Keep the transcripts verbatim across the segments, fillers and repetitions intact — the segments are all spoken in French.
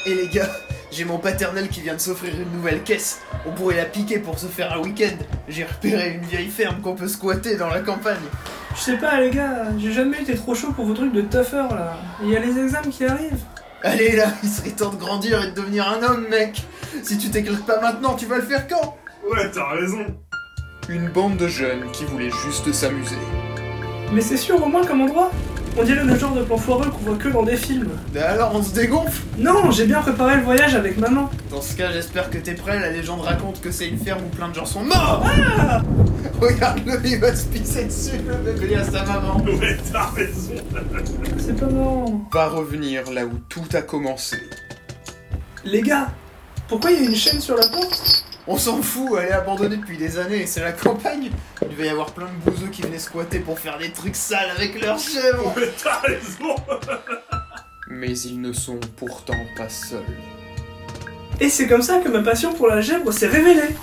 Et les gars, j'ai mon paternel qui vient de s'offrir une nouvelle caisse. On pourrait la piquer pour se faire un week-end. J'ai repéré une vieille ferme qu'on peut squatter dans la campagne. Je sais pas les gars, j'ai jamais été trop chaud pour vos trucs de tougher là. Il y a les examens qui arrivent. Allez là, il serait temps de grandir et de devenir un homme, mec. Si tu t'éclates pas maintenant, tu vas le faire quand? Ouais, t'as raison. Une bande de jeunes qui voulaient juste s'amuser. Mais c'est sûr au moins comme endroit. On dirait le genre de plan foireux qu'on voit que dans des films. Mais alors on se dégonfle? Non, j'ai bien préparé le voyage avec maman. Dans ce cas, j'espère que t'es prêt. La légende raconte que c'est une ferme où plein de gens sont morts. Ah Regarde-le, il va se pisser dessus, le bébé à sa maman. Ouais, t'as raison. C'est pas marrant. Va revenir là où tout a commencé. Les gars, pourquoi il y a une chaîne sur la porte? On s'en fout, elle est abandonnée depuis des années, c'est la campagne. Il devait y avoir plein de bouseux qui venaient squatter pour faire des trucs sales avec leurs chèvres. Ouais, t'as raison. Mais ils ne sont pourtant pas seuls. Et c'est comme ça que ma passion pour la gèvre s'est révélée.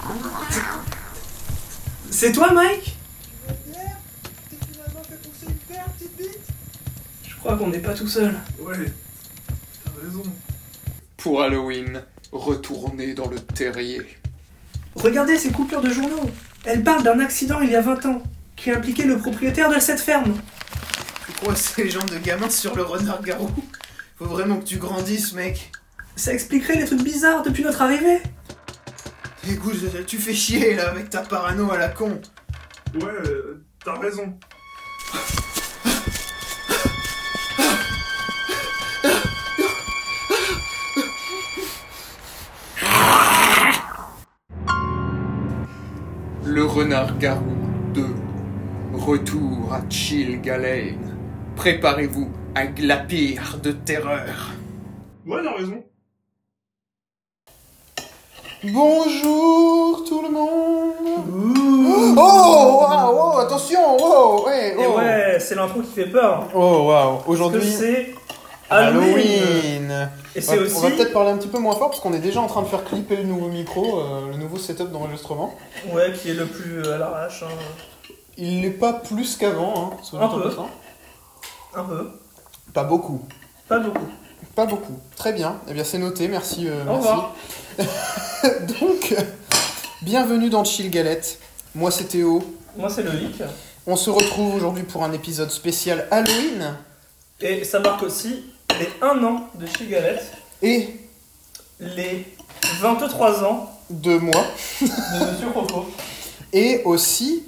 C'est toi, Mike? Je crois qu'on n'est pas tout seul. Ouais, t'as raison. Pour Halloween, retournez dans le terrier. Regardez ces coupures de journaux. Elles parlent d'un accident il y a vingt ans, qui impliquait le propriétaire de cette ferme. Tu crois que c'est les gens de gamins sur le renard-garou? Faut vraiment que tu grandisses, mec. Ça expliquerait les trucs bizarres depuis notre arrivée. Écoute, tu fais chier là avec ta parano à la con. Ouais, euh, t'as raison. Le renard-garou deux. Retour à Chilgalane. Préparez-vous à glapir de terreur. Ouais, t'as raison. Bonjour tout le monde. Oh, waouh, wow, attention, wow, ouais, Et oh. ouais, c'est l'intro qui fait peur. Oh, waouh, Parce que aujourd'hui, c'est Halloween. Halloween. Et On c'est va, aussi... on va peut-être parler un petit peu moins fort parce qu'on est déjà en train de faire clipper le nouveau micro, euh, le nouveau setup d'enregistrement. Ouais, qui est le plus à l'arrache. Hein. Il n'est pas plus qu'avant, hein, soit Un dit en peu. passant. Un peu. Pas beaucoup. Pas beaucoup. Pas beaucoup. Très bien. Eh bien, c'est noté. Merci. Euh, Au merci. revoir. Donc, euh, bienvenue dans Chill Galette. Moi, c'est Théo. Moi, c'est Loïc. On se retrouve aujourd'hui pour un épisode spécial Halloween. Et ça marque aussi les un an de chez Galette, Et les vingt-trois ans de moi. de Monsieur Croco. Et aussi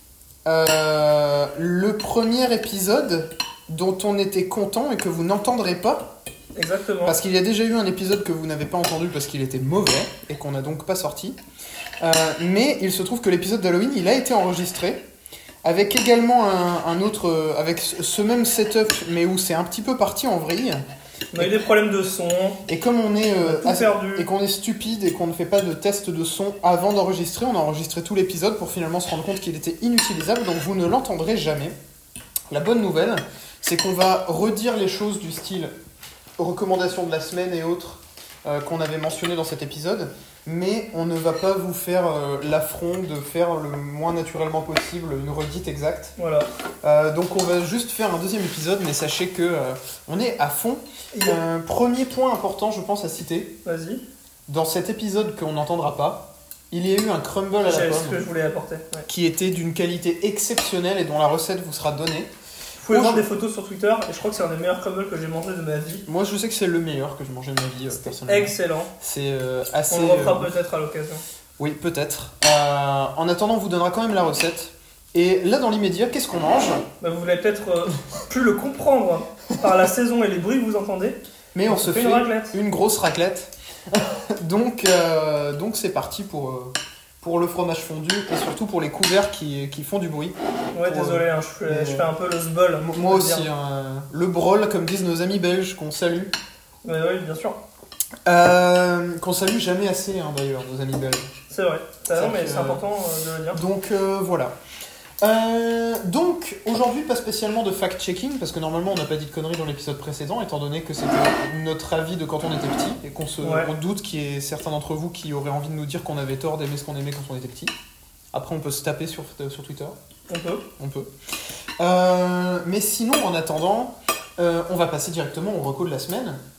euh, le premier épisode dont on était content et que vous n'entendrez pas. Exactement. Parce qu'il y a déjà eu un épisode que vous n'avez pas entendu parce qu'il était mauvais et qu'on n'a donc pas sorti. Euh, mais il se trouve que l'épisode d'Halloween, il a été enregistré avec également un, un autre, euh, avec ce même setup, mais où c'est un petit peu parti en vrille. On a eu des problèmes de son. Et comme on est euh, tout assez- perdu. et qu'on est stupide et qu'on ne fait pas de test de son avant d'enregistrer, on a enregistré tout l'épisode pour finalement se rendre compte qu'il était inutilisable, donc vous ne l'entendrez jamais. La bonne nouvelle, c'est qu'on va redire les choses du style recommandations de la semaine et autres euh, qu'on avait mentionné dans cet épisode, mais on ne va pas vous faire euh, l'affront de faire le moins naturellement possible une redite exacte. Voilà. Euh, donc on va juste faire un deuxième épisode, mais sachez que euh, on est à fond. Euh, premier point important, je pense, à citer, Vas-y. dans cet épisode qu'on n'entendra pas, il y a eu un crumble à la C'est ce pomme que je voulais apporter. Ouais. qui était d'une qualité exceptionnelle et dont la recette vous sera donnée. Vous pouvez Oh, voir je- des photos sur Twitter et je crois que c'est un des meilleurs crumbles que j'ai mangé de ma vie. Moi je sais que c'est le meilleur que je mangeais de ma vie euh, personnellement. Excellent. C'est euh, assez... On le refera euh, peut-être à l'occasion. Oui, peut-être. Euh, en attendant, on vous donnera quand même la recette. Et là, dans l'immédiat, qu'est-ce qu'on mange? Bah, vous allez peut-être euh, plus le comprendre par la saison et les bruits que vous entendez. Mais on, On se fait fait une raclette. une grosse raclette. donc, euh, donc c'est parti pour, euh, pour le fromage fondu et surtout pour les couverts qui, qui font du bruit. Ouais, Pour, désolé, hein, je, fais, mais- je fais un peu le sbol. M- je Moi peux aussi, dire. hein, le brol, comme disent nos amis belges, qu'on salue. Ouais, oui, bien sûr. Euh, qu'on salue jamais assez, hein, d'ailleurs, nos amis belges. C'est vrai. T'as Ça raison, mais fait, c'est euh, important euh, de le dire. Donc euh, voilà. Euh, donc aujourd'hui pas spécialement de fact-checking parce que normalement on n'a pas dit de conneries dans l'épisode précédent étant donné que c'était notre avis de quand on était petit et qu'on se Ouais. on doute qu'il y ait certains d'entre vous qui auraient envie de nous dire qu'on avait tort d'aimer ce qu'on aimait quand on était petit. Après on peut se taper sur, sur Twitter, On peut. on peut. Euh, mais sinon en attendant euh, on va passer directement au reco de la semaine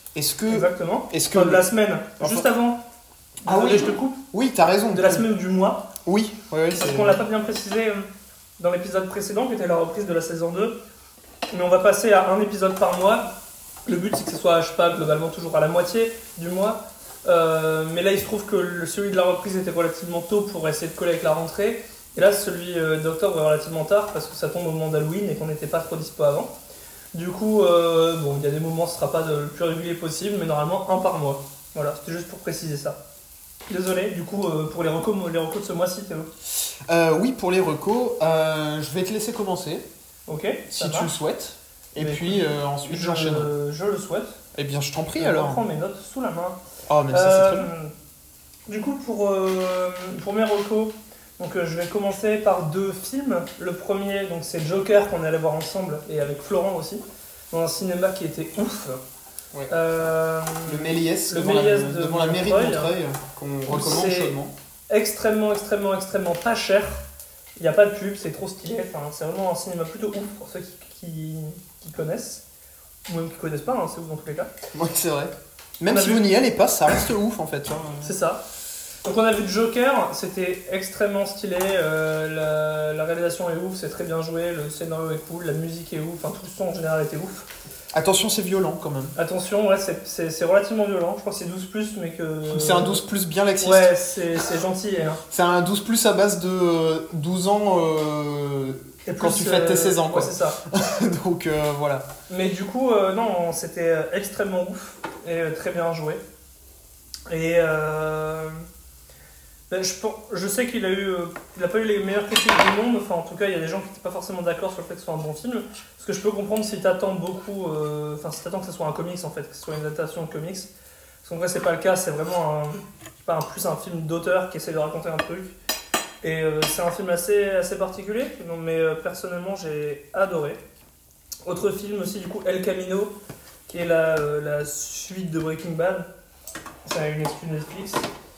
Est-ce que... Exactement. Est-ce que... Enfin, de la semaine, Enfin- juste avant. Ah Désolé, oui. je te coupe. Oui, t'as raison. De la semaine ou du mois. Oui, ouais, ouais, Parce c'est- qu'on l'a pas bien précisé euh, dans l'épisode précédent, qui était la reprise de la saison deux. Mais on va passer à un épisode par mois. Le but, c'est que ce soit, je sais pas, globalement toujours à la moitié du mois. Euh, mais là, il se trouve que le- celui de la reprise était relativement tôt pour essayer de coller avec la rentrée. Et là, celui euh, d'octobre est relativement tard parce que ça tombe au moment d'Halloween et qu'on n'était pas trop dispo avant. Du coup, euh, bon, il y a des moments, ce sera pas de- le plus régulier possible, mais normalement un par mois. Voilà, c'était juste pour préciser ça. Désolé, du coup, euh, pour les recos, les recos de ce mois-ci, Théo. Euh, oui, pour les recos, euh, je vais te laisser commencer, Ok, si ça tu marche. le souhaites. Et Mais puis écoute, euh, ensuite je, j'enchaîne. je le souhaite. Eh bien, je t'en prie Je alors. reprends mes notes sous la main. Oh, mais ça c'est très bien. Euh, du coup, pour, euh, pour mes recos, donc, euh, je vais commencer par deux films. Le premier, donc, c'est Joker qu'on est allé voir ensemble, et avec Florent aussi, dans un cinéma qui était ouf. Ouais. Euh, Le Méliès, le devant, Méliès la, de devant la mairie de Montreuil, Montreuil, qu'on recommande c'est- chaudement. extrêmement, extrêmement, extrêmement pas cher. Il n'y a pas de pub, c'est trop stylé. Enfin, c'est vraiment un cinéma plutôt ouf pour ceux qui, qui, qui connaissent. Ou même qui connaissent pas, hein, c'est ouf dans tous les cas. Oui, c'est vrai. Même On a si vu- vous n'y allez pas, ça reste ouf en fait. hein. C'est ça. Donc on a vu Joker, c'était extrêmement stylé, euh, la, la réalisation est ouf, c'est très bien joué, le scénario est cool, la musique est ouf, enfin tout le son en général était ouf. Attention, c'est violent quand même. Attention, ouais, c'est- c'est c'est relativement violent, je crois que c'est douze plus, mais que... C'est un douze plus bien laxiste. Ouais, c'est c'est gentil. Hein. C'est un douze plus à base de euh, douze ans euh, Et quand plus, tu fêtes tes seize ans. Ouais, Quoi. c'est ça. Donc euh, voilà. Mais du coup, euh, non, c'était extrêmement ouf et euh, très bien joué. Et euh, ben, je, pen- je sais qu'il a eu, euh, il a pas eu les meilleures critiques du monde. Enfin, en tout cas, il y a des gens qui n'étaient pas forcément d'accord sur le fait que ce soit un bon film. Ce que je peux comprendre si t'attends beaucoup, euh, enfin si t'attends que ce soit un comics en fait, que ce soit une adaptation de comics. Parce qu'en vrai, c'est pas le cas. C'est vraiment un, c'est pas un plus un film d'auteur qui essaie de raconter un truc. Et euh, c'est un film assez, assez particulier, donc, mais euh, personnellement j'ai adoré. Autre film aussi, du coup, El Camino, qui est la, euh, la suite de Breaking Bad. C'est une excuse Netflix.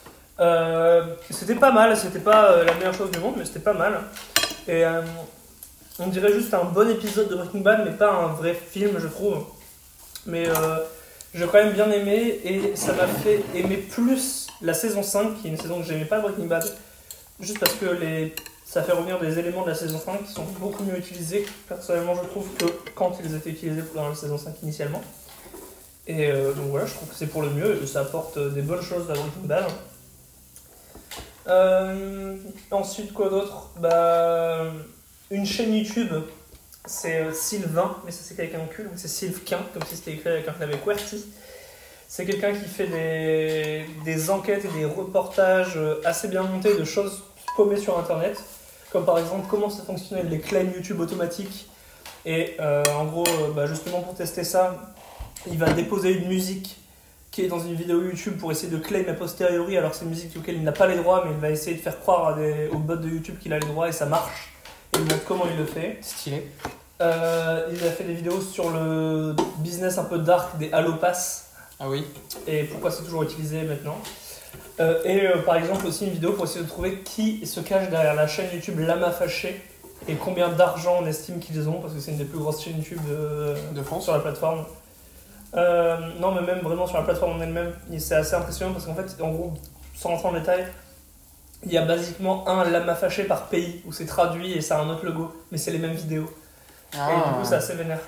Euh, c'était pas mal, c'était pas euh, la meilleure chose du monde, mais c'était pas mal. Et euh, on dirait juste un bon épisode de Breaking Bad, mais pas un vrai film, je trouve. Mais euh, j'ai quand même bien aimé, et ça m'a fait aimer plus la saison cinq, qui est une saison que j'aimais pas de Breaking Bad. Juste parce que les, ça fait revenir des éléments de la saison cinq qui sont beaucoup mieux utilisés, personnellement je trouve, que quand ils étaient utilisés dans la saison cinq initialement. Et euh, donc voilà, je trouve que c'est pour le mieux et que ça apporte des bonnes choses à Breaking Bad. Euh, ensuite, quoi d'autre? Bah, une chaîne YouTube, c'est euh, Sylvain, mais ça c'est avec un cul, donc c'est Sylvquin, comme si c'était écrit avec un clavier QWERTY. C'est quelqu'un qui fait des, des enquêtes et des reportages assez bien montés de choses paumées sur internet, comme par exemple comment ça fonctionnait les claims YouTube automatiques. Et euh, en gros, bah justement pour tester ça, il va déposer une musique qui est dans une vidéo YouTube pour essayer de claim a posteriori, alors c'est une musique auquel il n'a pas les droits, mais il va essayer de faire croire à des, aux bots de YouTube qu'il a les droits et ça marche. Et il montre comment il le fait. Stylé. Euh, il a fait des vidéos sur le business un peu dark des Halo Pass. Ah oui. Et pourquoi c'est toujours utilisé maintenant. Euh, et euh, par exemple aussi une vidéo pour essayer de trouver qui se cache derrière la chaîne YouTube Lama Fâché et combien d'argent on estime qu'ils ont, parce que c'est une des plus grosses chaînes YouTube de, De France. sur la plateforme. Euh, non mais même vraiment sur la plateforme en elle-même, c'est assez impressionnant parce qu'en fait, en gros, sans rentrer en détail, il y a basiquement un Lama Fâché par pays où c'est traduit et ça a un autre logo, mais c'est les mêmes vidéos. Ah. Et du coup c'est assez vénère.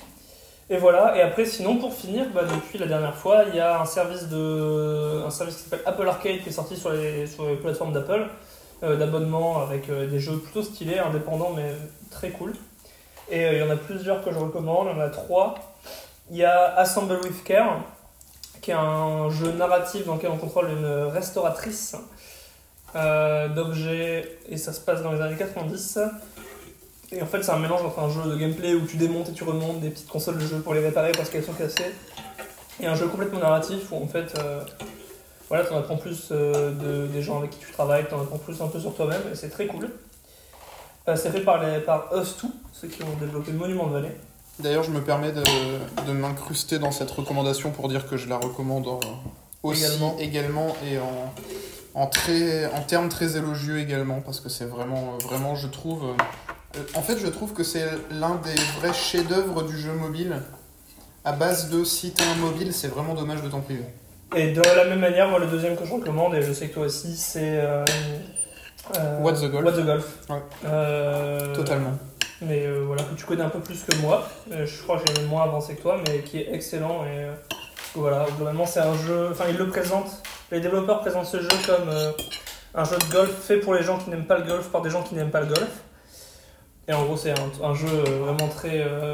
Et voilà, et après sinon pour finir, bah, depuis la dernière fois, il y a un service, de, un service qui s'appelle Apple Arcade qui est sorti sur les, sur les plateformes d'Apple, euh, d'abonnement avec euh, des jeux plutôt stylés, indépendants mais très cool. Et euh, il y en a plusieurs que je recommande, il y en a trois. Il y a Assemble with Care, qui est un jeu narratif dans lequel on contrôle une restauratrice euh, d'objets, et ça se passe dans les années quatre-vingt-dix. Et en fait, c'est un mélange entre un jeu de gameplay où tu démontes et tu remontes des petites consoles de jeu pour les réparer parce qu'elles sont cassées, et un jeu complètement narratif où en fait, euh, voilà, tu en apprends plus euh, de, des gens avec qui tu travailles, tu en apprends plus un peu sur toi-même, et c'est très cool. Euh, c'est fait par, les, par Us deux, ceux qui ont développé Monument de Vallée. D'ailleurs, je me permets de, de m'incruster dans cette recommandation pour dire que je la recommande en- aussi Également. également, et en, en, très, en termes très élogieux également, parce que c'est vraiment, vraiment, je trouve... euh, en fait, je trouve que c'est l'un des vrais chefs-d'œuvre du jeu mobile. à base de si t'es un mobile, c'est vraiment dommage de t'en priver. Et de la même manière, moi, le deuxième que je recommande, et je sais que toi aussi, c'est. Euh, euh, What the Golf. What the Golf. Ouais. Euh, Totalement. Mais euh, voilà, que tu connais un peu plus que moi. Euh, je crois que j'ai moins avancé que toi, mais qui est excellent. Et euh, voilà, globalement, c'est un jeu. Enfin, ils le présentent. Les développeurs présentent ce jeu comme euh, un jeu de golf fait pour les gens qui n'aiment pas le golf par des gens qui n'aiment pas le golf. Et en gros, c'est un, un jeu vraiment très. Euh,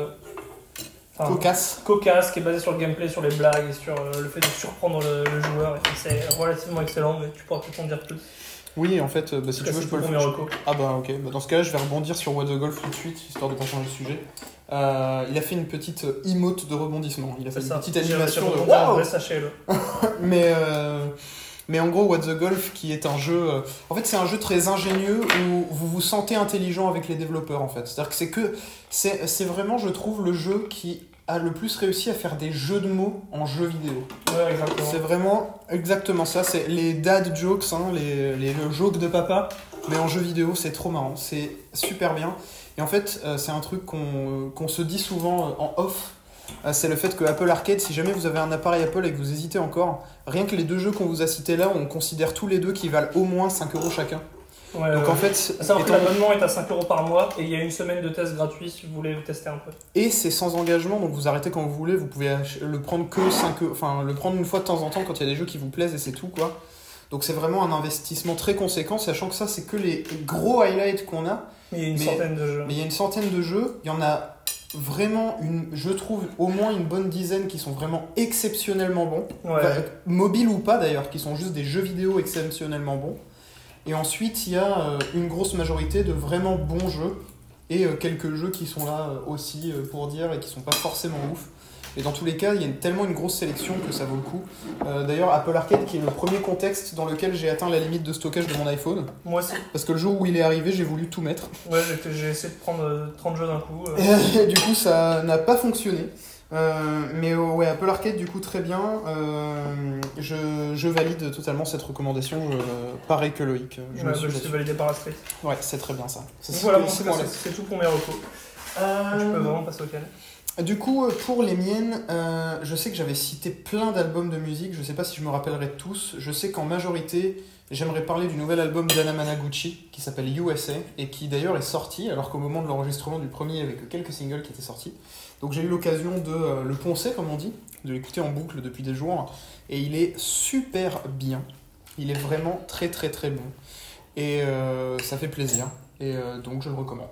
Enfin, cocasse. cocasse, qui est basé sur le gameplay, sur les blagues et sur euh, le fait de surprendre le, le joueur. Et c'est relativement excellent, mais tu pourras peut-être en dire plus. Oui, en fait, bah, si tu veux, je peux le faire. Reco. Ah bah ok, bah, dans ce cas-là, je vais rebondir sur What the Golf tout de suite, histoire de pas changer de sujet. Euh, il a fait une petite emote de rebondissement. Il a fait C'est une ça. petite animation de wow ouais, sachez-le. mais, euh, mais en gros, What the Golf, qui est un jeu. Euh, en fait, c'est un jeu très ingénieux où vous vous sentez intelligent avec les développeurs, en fait. C'est-à-dire que c'est que. C'est, c'est vraiment, je trouve, le jeu qui a le plus réussi à faire des jeux de mots en jeu vidéo. Ouais, exactement. C'est vraiment exactement ça. C'est les dad jokes, hein, les, les jokes de papa, mais en jeu vidéo, c'est trop marrant. C'est super bien. Et en fait, euh, c'est un truc qu'on, qu'on se dit souvent euh, en off. Euh, c'est le fait que Apple Arcade, si jamais vous avez un appareil Apple et que vous hésitez encore, rien que les deux jeux qu'on vous a cités là, on considère tous les deux qu'ils valent au moins cinq euros chacun. Ouais, Donc ouais. en fait, ça, étant... l'abonnement est à cinq euros par mois et il y a une semaine de test gratuit si vous voulez tester un peu. Et c'est sans engagement, donc vous arrêtez quand vous voulez, vous pouvez le prendre que cinq euros, enfin le prendre une fois de temps en temps quand il y a des jeux qui vous plaisent et c'est tout quoi. Donc c'est vraiment un investissement très conséquent, sachant que ça c'est que les gros highlights qu'on a. Il y a une mais, centaine de jeux. Mais il y a une centaine de jeux, il y en a vraiment, une, je trouve, au moins une bonne dizaine qui sont vraiment exceptionnellement bons. Ouais. Enfin, mobiles ou pas d'ailleurs, qui sont juste des jeux vidéo exceptionnellement bons. Et ensuite, il y a euh, une grosse majorité de vraiment bons jeux et euh, quelques jeux qui sont là euh, aussi euh, pour dire et qui sont pas forcément ouf. Et dans tous les cas, il y a une, tellement une grosse sélection que ça vaut le coup. Euh, d'ailleurs, Apple Arcade, qui est le premier contexte dans lequel j'ai atteint la limite de stockage de mon iPhone. Moi aussi. Parce que le jour où il est arrivé, j'ai voulu tout mettre. Ouais, j'ai, j'ai essayé de prendre euh, trente jeux d'un coup. Euh. Et, et du coup, ça n'a pas fonctionné. Euh, mais euh, ouais, Apple Arcade, du coup, très bien. Euh, je, je valide totalement cette recommandation. Je, pareil que Loïc. Je ouais, me suis bah, c'est validé par la street. Ouais, c'est très bien ça. ça Donc c'est, voilà, c'est, bon, c'est, c'est, c'est tout pour mes recos. Euh... Tu peux vraiment passer auquel. Du coup, pour les miennes, euh, je sais que j'avais cité plein d'albums de musique. Je sais pas si je me rappellerai de tous. Je sais qu'en majorité, j'aimerais parler du nouvel album d'Anna Managuchi qui s'appelle U S A et qui d'ailleurs est sorti, alors qu'au moment de l'enregistrement du premier, il y avait que quelques singles qui étaient sortis. Donc j'ai eu l'occasion de euh, le poncer, comme on dit, de l'écouter en boucle depuis des jours. Et il est super bien. Il est vraiment très très très bon. Et euh, ça fait plaisir. Et euh, donc je le recommande.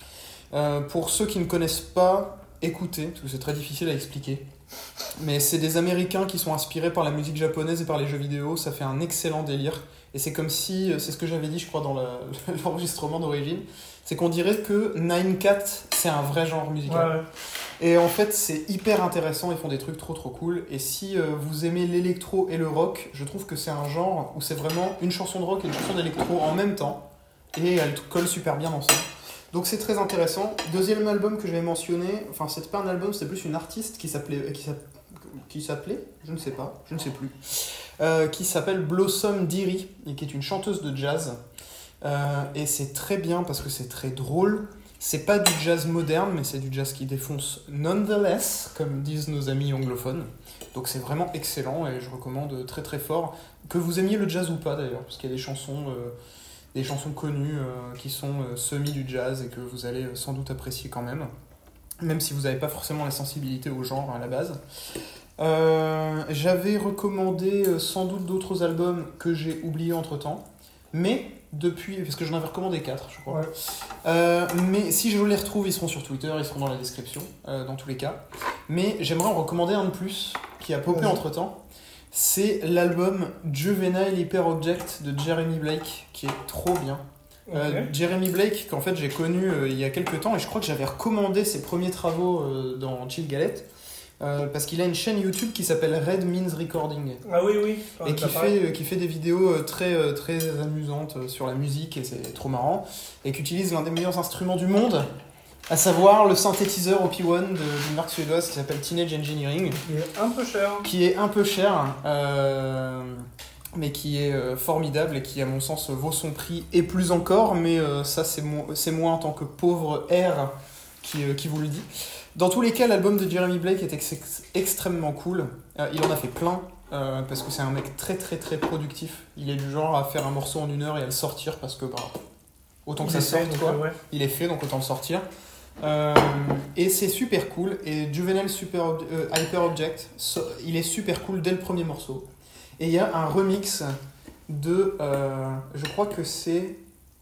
Euh, pour ceux qui ne connaissent pas, écoutez, parce que c'est très difficile à expliquer. Mais c'est des Américains qui sont inspirés par la musique japonaise et par les jeux vidéo. Ça fait un excellent délire. Et c'est comme si, c'est ce que j'avais dit je crois dans la, l'enregistrement d'origine, c'est qu'on dirait que Nine Cat c'est un vrai genre musical. Ouais, ouais. Et en fait c'est hyper intéressant, ils font des trucs trop trop cool. Et si euh, vous aimez l'électro et le rock, je trouve que c'est un genre où c'est vraiment une chanson de rock et une chanson d'électro en même temps. Et elles collent super bien ensemble. Donc c'est très intéressant. Deuxième album que j'avais mentionné, enfin c'était pas un album, c'était plus une artiste qui s'appelait, qui s'appelait, qui s'appelait, je ne sais pas, je ne sais plus, euh, qui s'appelle Blossom Dearie et qui est une chanteuse de jazz. Euh, et c'est très bien parce que c'est très drôle. C'est pas du jazz moderne, mais c'est du jazz qui défonce nonetheless, comme disent nos amis anglophones. Donc c'est vraiment excellent et je recommande très très fort. Que vous aimiez le jazz ou pas d'ailleurs, parce qu'il y a des chansons... Euh, des chansons connues euh, qui sont euh, semi du jazz et que vous allez euh, sans doute apprécier quand même, même si vous n'avez pas forcément la sensibilité au genre à la base. Euh, j'avais recommandé euh, sans doute d'autres albums que j'ai oubliés entre-temps, mais depuis, parce que j'en avais recommandé quatre, je crois. Ouais. Euh, mais si je les retrouve, ils seront sur Twitter, ils seront dans la description, euh, dans tous les cas. Mais j'aimerais en recommander un de plus, qui a popé Ouais. entre-temps. C'est l'album Juvenile Hyper Object de Jeremy Blake, qui est trop bien. Okay. Euh, Jeremy Blake, qu'en fait j'ai connu euh, il y a quelques temps, et je crois que j'avais recommandé ses premiers travaux euh, dans Chill Galette, euh, parce qu'il a une chaîne YouTube qui s'appelle Red Means Recording, Ah oui, oui. Ah, et qui fait, euh, qui fait des vidéos euh, très, euh, très amusantes euh, sur la musique, et c'est trop marrant, et qui utilise l'un des meilleurs instruments du monde, à savoir le synthétiseur O P un de- d'une marque suédoise qui s'appelle Teenage Engineering, Il est un peu cher. qui est un peu cher, euh, mais qui est euh, formidable et qui, à mon sens, vaut son prix et plus encore. Mais euh, ça, c'est moi, c'est moi en tant que pauvre R qui, euh, qui vous le dit. Dans tous les cas, l'album de Jeremy Blake est ex- extrêmement cool. Euh, il en a fait plein, euh, parce que c'est un mec très très très productif. Il est du genre à faire un morceau en une heure et à le sortir parce que bah, autant que ça sorte, quoi. Ouais. Il est fait, donc autant le sortir. Euh, et c'est super cool. Et Juvenile Super Ob- euh, Hyper Object, so- il est super cool dès le premier morceau. Et il y a un remix de... euh, je crois que c'est...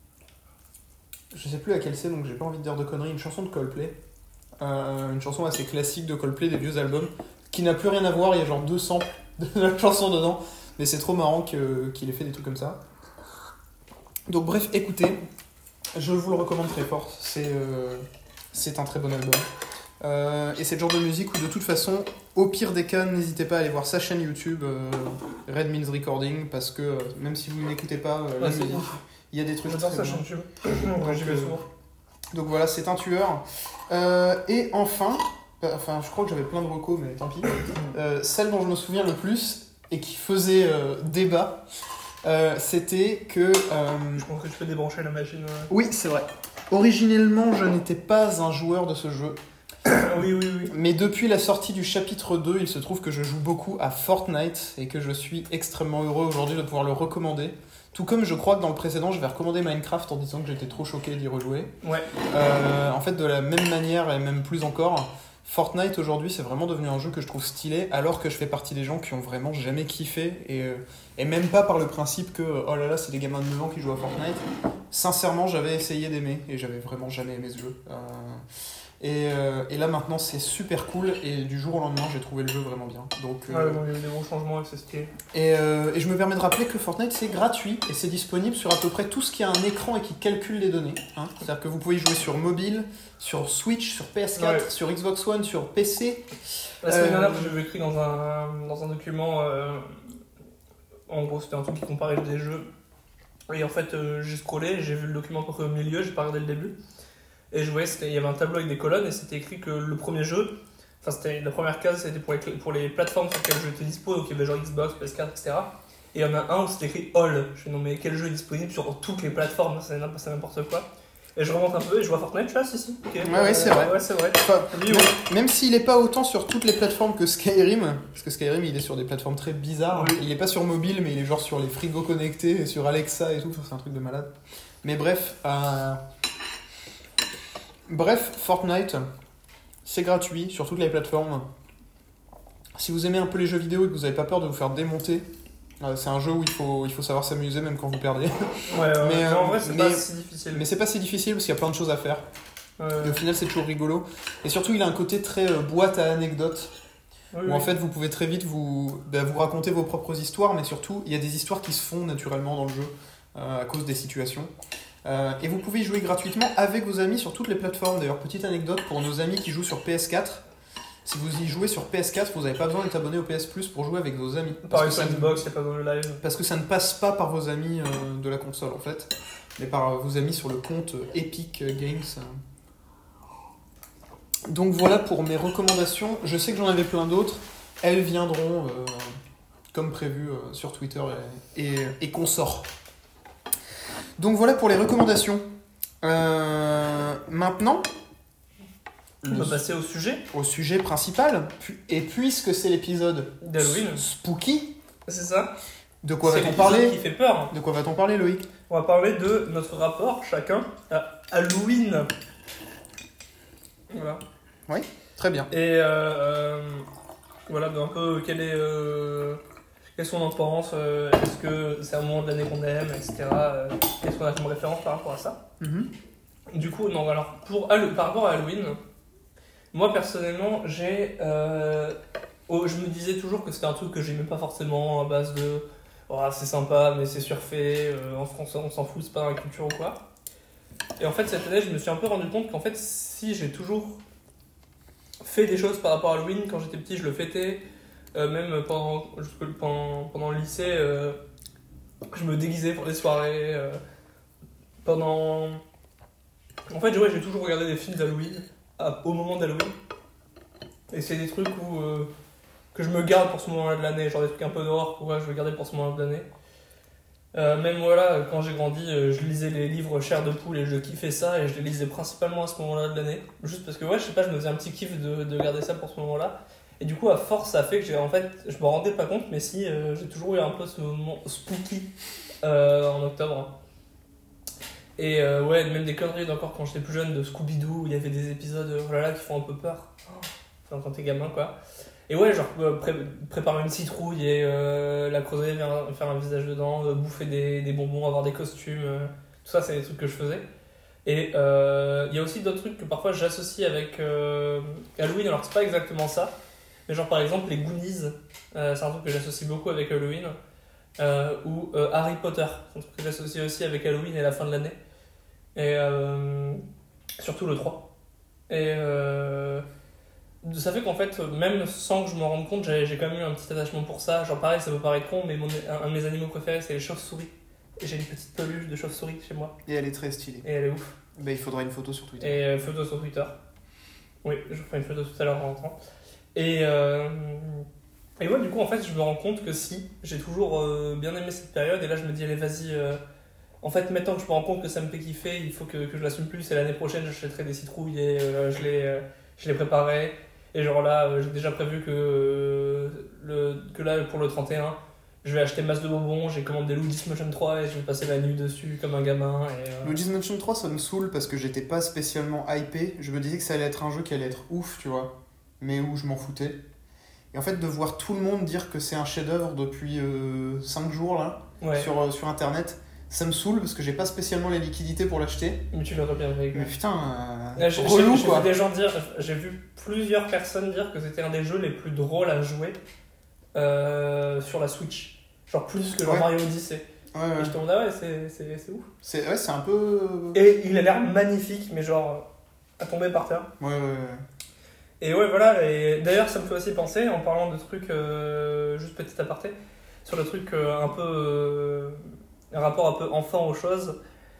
Je sais plus laquelle c'est, donc j'ai pas envie de dire de conneries. Une chanson de Coldplay. Euh, une chanson assez classique de Coldplay, des vieux albums, qui n'a plus rien à voir. Il y a genre deux samples de la chanson dedans. Mais c'est trop marrant que, qu'il ait fait des trucs comme ça. Donc bref, écoutez. Je vous le recommande très fort. C'est... Euh, C'est un très bon album. Euh, et c'est le genre de musique où, de toute façon, au pire des cas, n'hésitez pas à aller voir sa chaîne YouTube, euh, Red Means Recording, parce que euh, même si vous n'écoutez pas euh, la Ouais, c'est musique, ouf. il y a des trucs J'adore très sa bien. chaîne YouTube. Ouais, j'y vais souvent. Donc voilà, c'est un tueur. Euh, et enfin, euh, enfin, je crois que j'avais plein de recos, mais tant pis. Euh, celle dont je me souviens le plus et qui faisait euh, débat, euh, c'était que. euh, Je pense que tu peux débrancher la machine. Ouais. Oui, c'est vrai. Originellement, je n'étais pas un joueur de ce jeu. oui, oui, oui. Mais depuis la sortie du chapitre deux, il se trouve que je joue beaucoup à Fortnite et que je suis extrêmement heureux aujourd'hui de pouvoir le recommander. Tout comme je crois que dans le précédent, je vais recommander Minecraft en disant que j'étais trop choqué d'y rejouer. Ouais. Euh, en fait, de la même manière et même plus encore, Fortnite aujourd'hui, c'est vraiment devenu un jeu que je trouve stylé, alors que je fais partie des gens qui ont vraiment jamais kiffé et, euh, et même pas par le principe que oh là là, c'est des gamins de neuf ans qui jouent à Fortnite. Sincèrement, j'avais essayé d'aimer et j'avais vraiment jamais aimé ce jeu. Euh, et, euh, et là maintenant, c'est super cool et du jour au lendemain, j'ai trouvé le jeu vraiment bien. Donc, euh, Ouais, bon, il y a eu des gros changements et c'est stylé. et, euh, et je me permets de rappeler que Fortnite c'est gratuit et c'est disponible sur à peu près tout ce qui a un écran et qui calcule les données. Hein. C'est-à-dire que vous pouvez y jouer sur mobile, sur Switch, sur P S quatre, Ouais. sur Xbox One, sur P C. La semaine Euh, dernière, j'ai vu écrit dans un, dans un document, euh, en gros, c'était un truc qui comparait des jeux. Et en fait, euh, j'ai scrollé, j'ai vu le document à peu près au milieu, j'ai pas regardé le début. Et je voyais, c'était- il y avait un tableau avec des colonnes et c'était écrit que le premier jeu, enfin, c'était la première case, c'était pour les, cl- pour les plateformes sur lesquelles le jeu était dispo, donc il y avait genre Xbox, P S quatre, et cetera. Et il y en a un où c'était écrit All. Je fais non, mais quel jeu est disponible sur toutes les plateformes, c'est n'importe c'est n'importe quoi. Et je remonte un peu et je vois Fortnite, je suis là, si, si. ok. Ouais, ouais, c'est vrai. Ouais, c'est vrai. Enfin, Lui, même, ouais. même s'il est pas autant sur toutes les plateformes que Skyrim, parce que Skyrim il est sur des plateformes très bizarres. Oui. Il est pas sur mobile, mais il est genre sur les frigos connectés, et sur Alexa et tout. Enfin, c'est un truc de malade. Mais bref, euh... bref, Fortnite, c'est gratuit sur toutes les plateformes. Si vous aimez un peu les jeux vidéo et que vous avez pas peur de vous faire démonter, euh, c'est un jeu où il faut, il faut savoir s'amuser même quand vous perdez. Ouais, ouais, Mais, mais, euh, en vrai, c'est mais- pas si difficile. Mais c'est pas si difficile parce qu'il y a plein de choses à faire. Euh, Et au final, c'est toujours rigolo. Et surtout, il a un côté très euh, boîte à anecdotes. oui, Où oui. en fait vous pouvez très vite vous, bah, vous raconter vos propres histoires, mais surtout il y a des histoires qui se font naturellement dans le jeu euh, à cause des situations. Euh, et vous pouvez y jouer gratuitement avec vos amis sur toutes les plateformes. D'ailleurs, petite anecdote pour nos amis qui jouent sur P S quatre. Si vous y jouez sur P S quatre, vous n'avez pas besoin d'être abonné au P S Plus pour jouer avec vos amis. Parce Pareil que, sur ça ne, Xbox, il n'y a pas dans le live. parce que ça ne passe pas par vos amis euh, de la console en fait, mais par euh, vos amis sur le compte euh, Epic Games. Donc voilà pour mes recommandations. Je sais que j'en avais plein d'autres. Elles viendront, euh, comme prévu, euh, sur Twitter et, et, et consorts. Donc voilà pour les recommandations. Euh, maintenant, On le- peut passer au sujet au sujet principal. Pu- Et puisque c'est l'épisode d'Halloween. s- spooky, C'est ça. de quoi C'est va-t-on l'épisode parler qui fait peur. De quoi va-t-on parler, Loïc? On va parler de notre rapport, chacun, à Halloween. Voilà. Très bien. Et euh, euh, voilà, un peu quel est, euh, qu'est-ce qu'on en pense, euh, est-ce que c'est un moment de l'année qu'on aime, et cetera. euh, Qu'est-ce qu'on a comme référence par rapport à ça. Mhm. Du coup, non, alors, pour Hall- par rapport à Halloween, moi personnellement, j'ai. euh, oh, je me disais toujours que c'était un truc que j'aimais pas forcément à base de. Oh, c'est sympa, mais c'est surfait, euh, en France on s'en fout, c'est pas dans la culture ou quoi. Et en fait, cette année, je me suis un peu rendu compte qu'en fait, si j'ai toujours fait des choses par rapport à Halloween, quand j'étais petit, je le fêtais, euh, même pendant, jusque- pendant, pendant le lycée, euh, je me déguisais pour des soirées. euh, pendant. En fait, ouais, j'ai toujours regardé des films d'Halloween à- au moment d'Halloween. Et c'est des trucs où, euh, que je me garde pour ce moment-là de l'année, genre des trucs un peu d'horreur, ouais, je vais garder pour ce moment-là de l'année. Euh, même voilà, quand j'ai grandi, euh, je lisais les livres Chair de poule et je kiffais ça et je les lisais principalement à ce moment-là de l'année. Juste parce que ouais, je sais pas, je me faisais un petit kiff de, de garder ça pour ce moment-là. Et du coup, à force, ça a fait que j'ai en fait, je me rendais pas compte, mais si, euh, j'ai toujours eu un peu ce moment spooky euh, en octobre. Et euh, ouais, même des conneries d'encore quand j'étais plus jeune de Scooby-Doo où il y avait des épisodes euh, oh là là, qui font un peu peur. Enfin, quand t'es gamin quoi. Et ouais, genre euh, pré- préparer une citrouille et euh, la creuser, faire, faire un visage dedans, euh, bouffer des, des bonbons, avoir des costumes, euh, tout ça c'est des trucs que je faisais. Et il euh, y a aussi d'autres trucs que parfois j'associe avec euh, Halloween, alors c'est pas exactement ça, mais genre par exemple les Goonies, euh, c'est un truc que j'associe beaucoup avec Halloween, euh, ou euh, Harry Potter, c'est un truc que j'associe aussi avec Halloween et la fin de l'année, et euh, surtout le trois. Et euh, ça fait qu'en fait, même sans que je me rende compte, j'ai, j'ai quand même eu un petit attachement pour ça. Genre pareil, ça peut paraître con, mais mon, un, un de mes animaux préférés, c'est les chauves-souris. Et j'ai une petite peluche de chauve-souris chez moi. Et elle est très stylée. Et elle est ouf. Bah, il faudra une photo sur Twitter. Et euh, photo sur Twitter. Oui, je ferai une photo tout à l'heure en rentrant. Et, euh, et ouais, du coup, en fait, je me rends compte que si, j'ai toujours euh, bien aimé cette période. Et là, je me dis, allez, vas-y. Euh, en fait, maintenant que je me rends compte que ça me fait kiffer, il faut que, que je l'assume plus. Et l'année prochaine, j'achèterai des citrouilles et euh, je, les, euh, je les préparerai. Et genre là, euh, j'ai déjà prévu que, euh, le, que là, pour le trente et un, je vais acheter masse de bonbons, j'ai commandé Luigi's Mansion trois et je vais passer la nuit dessus comme un gamin. Et, euh... Luigi's Mansion trois, ça me saoule parce que j'étais pas spécialement hypé. Je me disais que ça allait être un jeu qui allait être ouf, tu vois, mais où je m'en foutais. Et en fait, de voir tout le monde dire que c'est un chef-d'œuvre depuis euh, cinq jours là, ouais. sur, euh, sur internet, ça me saoule parce que j'ai pas spécialement les liquidités pour l'acheter. Mais tu l'aurais bien fait. Mais putain, euh, Là, j'ai, relou j'ai, quoi. J'ai vu des gens dire, j'ai vu plusieurs personnes dire que c'était un des jeux les plus drôles à jouer euh, sur la Switch. Genre plus que genre ouais. Mario Odyssey. Ouais, ouais. Et je te demande, ah ouais, c'est, c'est, c'est ouf. C'est, ouais, c'est un peu. Et il a l'air magnifique, mais genre à tomber par terre. Ouais, ouais, ouais. Et ouais, voilà. Et d'ailleurs, ça me fait aussi penser, en parlant de trucs, euh, juste petit aparté, sur le truc euh, un peu. Euh, un rapport un peu enfant aux choses.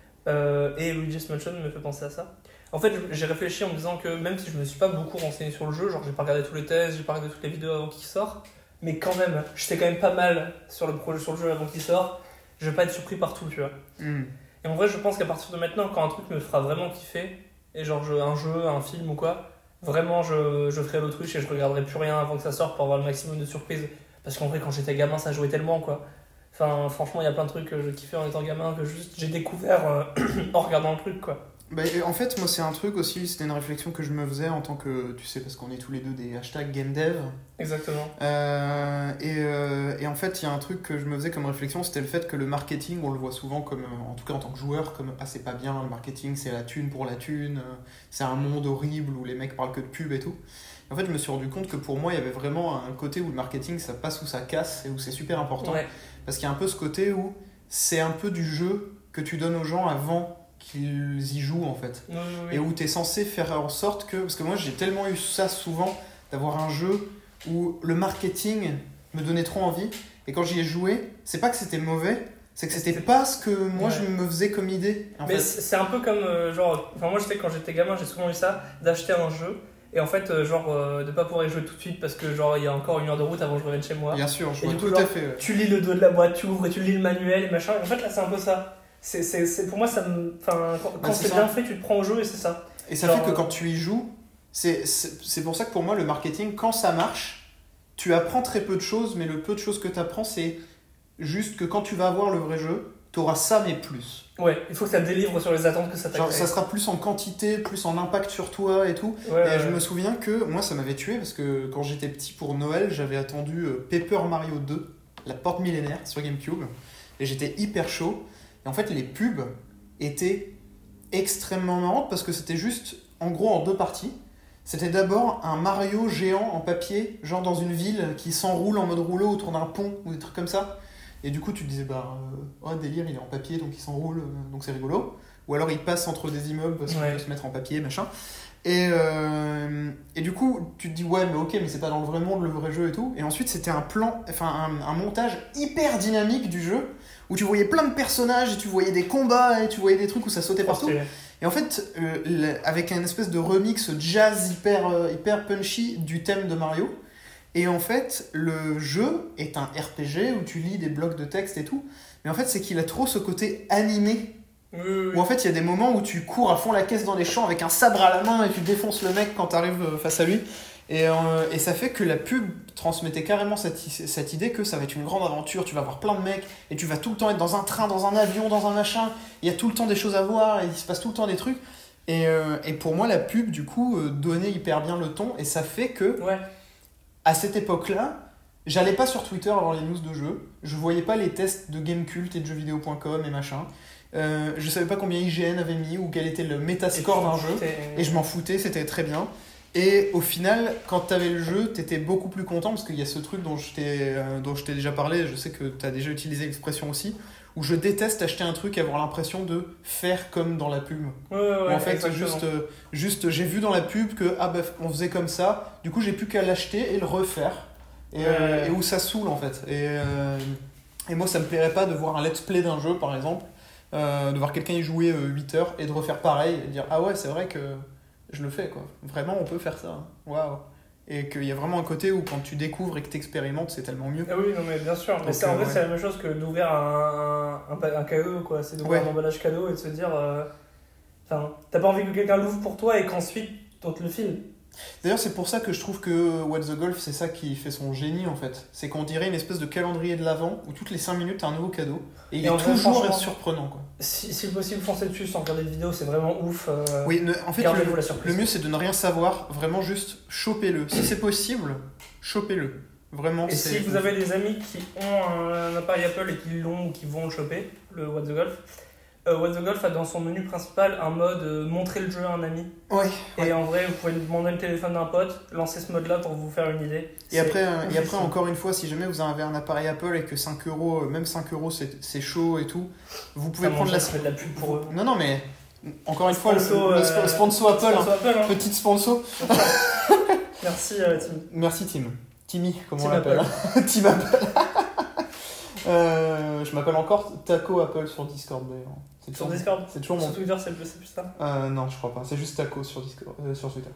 Euh, et Luigi's Mansion me fait penser à ça. En fait, j'ai réfléchi en me disant que même si je me suis pas beaucoup renseigné sur le jeu, genre j'ai pas regardé tous les tests, j'ai pas regardé toutes les vidéos avant qu'il sorte, mais quand même, je sais quand même pas mal sur le projet, sur le jeu avant qu'il sorte. Je vais pas être surpris par tout, tu vois. Mm. Et en vrai, je pense qu'à partir de maintenant, quand un truc me fera vraiment kiffer, et genre je, un jeu, un film ou quoi, vraiment je, je ferai l'autruche et je regarderai plus rien avant que ça sorte pour avoir le maximum de surprises. Parce qu'en vrai, quand j'étais gamin, ça jouait tellement, quoi. Enfin, franchement, il y a plein de trucs que je kiffais en étant gamin que juste j'ai découvert euh, en regardant le truc, quoi. Bah, en fait, moi, c'est un truc aussi, c'était une réflexion que je me faisais en tant que, tu sais, parce qu'on est tous les deux des hashtags GameDev. Exactement. Euh, et, euh, et en fait, il y a un truc que je me faisais comme réflexion, c'était le fait que le marketing, on le voit souvent comme, en tout cas en tant que joueur, comme ah, c'est pas bien, le marketing, c'est la thune pour la thune, c'est un monde horrible où les mecs parlent que de pub et tout. Et en fait, je me suis rendu compte que pour moi, il y avait vraiment un côté où le marketing, ça passe ou ça casse et où c'est super important. Ouais. Parce qu'il y a un peu ce côté où c'est un peu du jeu que tu donnes aux gens avant qu'ils y jouent en fait. Oui, oui, oui. Et où tu es censé faire en sorte que... Parce que moi j'ai tellement eu ça souvent, d'avoir un jeu où le marketing me donnait trop envie. Et quand j'y ai joué, c'est pas que c'était mauvais, c'est que c'était pas ce que moi ouais. je me faisais comme idée. En Mais fait. c'est un peu comme euh, genre... Enfin moi je sais que quand j'étais gamin, j'ai souvent eu ça, d'acheter un jeu. Et en fait, euh, genre, euh, de pas pouvoir y jouer tout de suite parce que, genre, il y a encore une heure de route avant que je revienne chez moi. Bien sûr, je et vois du coup, tout genre, à fait. Ouais. Tu lis le dos de la boîte, tu ouvres et tu lis le manuel et machin. En fait, là, c'est un peu ça. C'est, c'est, c'est, pour moi, ça me. Enfin, quand, quand ouais, c'est, c'est bien fait, tu te prends au jeu et c'est ça. Et ça genre, fait que euh... quand tu y joues, c'est, c'est, c'est pour ça que pour moi, le marketing, quand ça marche, tu apprends très peu de choses, mais le peu de choses que tu apprends, c'est juste que quand tu vas avoir le vrai jeu, tu auras ça, mais plus. Ouais, il faut que ça délivre sur les attentes que ça t'a Genre, créé. ça sera plus en quantité, plus en impact sur toi et tout. Ouais, et ouais, je ouais. me souviens que moi, ça m'avait tué parce que quand j'étais petit pour Noël, j'avais attendu euh, Paper Mario deux, la porte millénaire sur GameCube, et j'étais hyper chaud. Et en fait, les pubs étaient extrêmement marrantes parce que c'était juste, en gros, en deux parties. C'était d'abord un Mario géant en papier, genre dans une ville qui s'enroule en mode rouleau autour d'un pont ou des trucs comme ça. Et du coup, tu te disais, bah, euh, oh délire, il est en papier, donc il s'enroule, euh, donc c'est rigolo. Ou alors il passe entre des immeubles parce qu'il ouais. peut se mettre en papier, machin. Et, euh, et du coup, tu te dis, ouais, mais ok, mais c'est pas dans le vrai monde, le vrai jeu et tout. Et ensuite, c'était un plan, enfin, un, un montage hyper dynamique du jeu, où tu voyais plein de personnages, et tu voyais des combats, et tu voyais des trucs où ça sautait partout. Stylé. Et en fait, euh, le, avec un espèce de remix jazz hyper, euh, hyper punchy du thème de Mario. Et en fait, le jeu est un R P G où tu lis des blocs de texte et tout. Mais en fait, c'est qu'il a trop ce côté animé. Oui, oui, Où en fait, il y a des moments où tu cours à fond la caisse dans les champs avec un sabre à la main et tu défonces le mec quand t'arrives face à lui. Et, euh, et ça fait que la pub transmettait carrément cette, cette idée que ça va être une grande aventure, tu vas voir plein de mecs, et tu vas tout le temps être dans un train, dans un avion, dans un machin, il y a tout le temps des choses à voir, et il se passe tout le temps des trucs. Et, euh, et pour moi, la pub, du coup, euh, donnait hyper bien le ton, et ça fait que, Ouais. à cette époque-là, j'allais pas sur Twitter avant les news de jeux, je voyais pas les tests de Gamecult et de jeuxvideo point com et machin, euh, je savais pas combien I G N avait mis, ou quel était le métascore d'un jeu, C'était- et je m'en foutais, c'était très bien. Et au final, quand t'avais le jeu, t'étais beaucoup plus content parce qu'il y a ce truc dont je t'ai, euh, dont je t'ai déjà parlé, je sais que t'as déjà utilisé l'expression aussi, où je déteste acheter un truc et avoir l'impression de faire comme dans la pub. Ouais, ouais, Où ouais, en fait, exactement. juste, euh, juste j'ai vu dans la pub que ah bah, on faisait comme ça, du coup j'ai plus qu'à l'acheter et le refaire. Et, euh, Ouais. et où ça saoule en fait. Et, euh, et moi ça me plairait pas de voir un let's play d'un jeu par exemple, euh, de voir quelqu'un y jouer euh, huit heures et de refaire pareil et dire ah ouais, c'est vrai que je le fais quoi. Vraiment, on peut faire ça. hein. Waouh. Et qu'il y a vraiment un côté où quand tu découvres et que tu expérimentes, c'est tellement mieux. Ah oui, non mais bien sûr. Mais Donc, c'est, en euh, fait, ouais. c'est la même chose que d'ouvrir un, un, un cadeau, quoi. C'est d'ouvrir Ouais. un emballage cadeau et de se dire. euh, Enfin, t'as pas envie que quelqu'un l'ouvre pour toi et qu'ensuite on te le file. D'ailleurs, c'est pour ça que je trouve que What the Golf, c'est ça qui fait son génie en fait. C'est qu'on dirait une espèce de calendrier de l'avant où toutes les cinq minutes, t'as un nouveau cadeau. Et il Et en est vrai, toujours franchement, surprenant quoi. Si, si possible, foncez dessus sans regarder de vidéo, c'est vraiment ouf. euh, Oui, ne- en fait, Gardez-vous le, la surprise. le mieux c'est de ne rien savoir. Vraiment, juste chopez-le. Si c'est possible, chopez-le. Vraiment, Et c'est. si vous avez des amis qui ont un, un appareil Apple et qui l'ont ou qui vont le choper, le What the Golf, euh, What the Golf a dans son menu principal un mode euh, montrer le jeu à un ami. Ouais. Et en vrai, vous pouvez demander le téléphone d'un pote, lancer ce mode-là pour vous faire une idée. Et après, euh, et après, oufissime. encore une fois, si jamais vous avez un appareil Apple et que cinq euros, euh, même cinq euros, c'est c'est chaud et tout, vous pouvez Putain, prendre mon la. Dieu, ça fait de la pub pour eux. Non, non, mais encore une fois, le, Sponsor, le euh, sp- sponsor Apple, hein. Sponsor Apple, hein. Petite sponsor. Merci, euh, Tim. Merci Tim. Timmy, comme on Tim l'appelle. hein. Tim Apple. Euh, je m'appelle encore Taco Apple sur Discord d'ailleurs. C'est Sur toujours- Discord. C'est toujours mon. Sur Twitter, c'est plus, c'est plus ça. Euh, non, je crois pas. C'est juste Taco sur, Discord, euh, sur Twitter.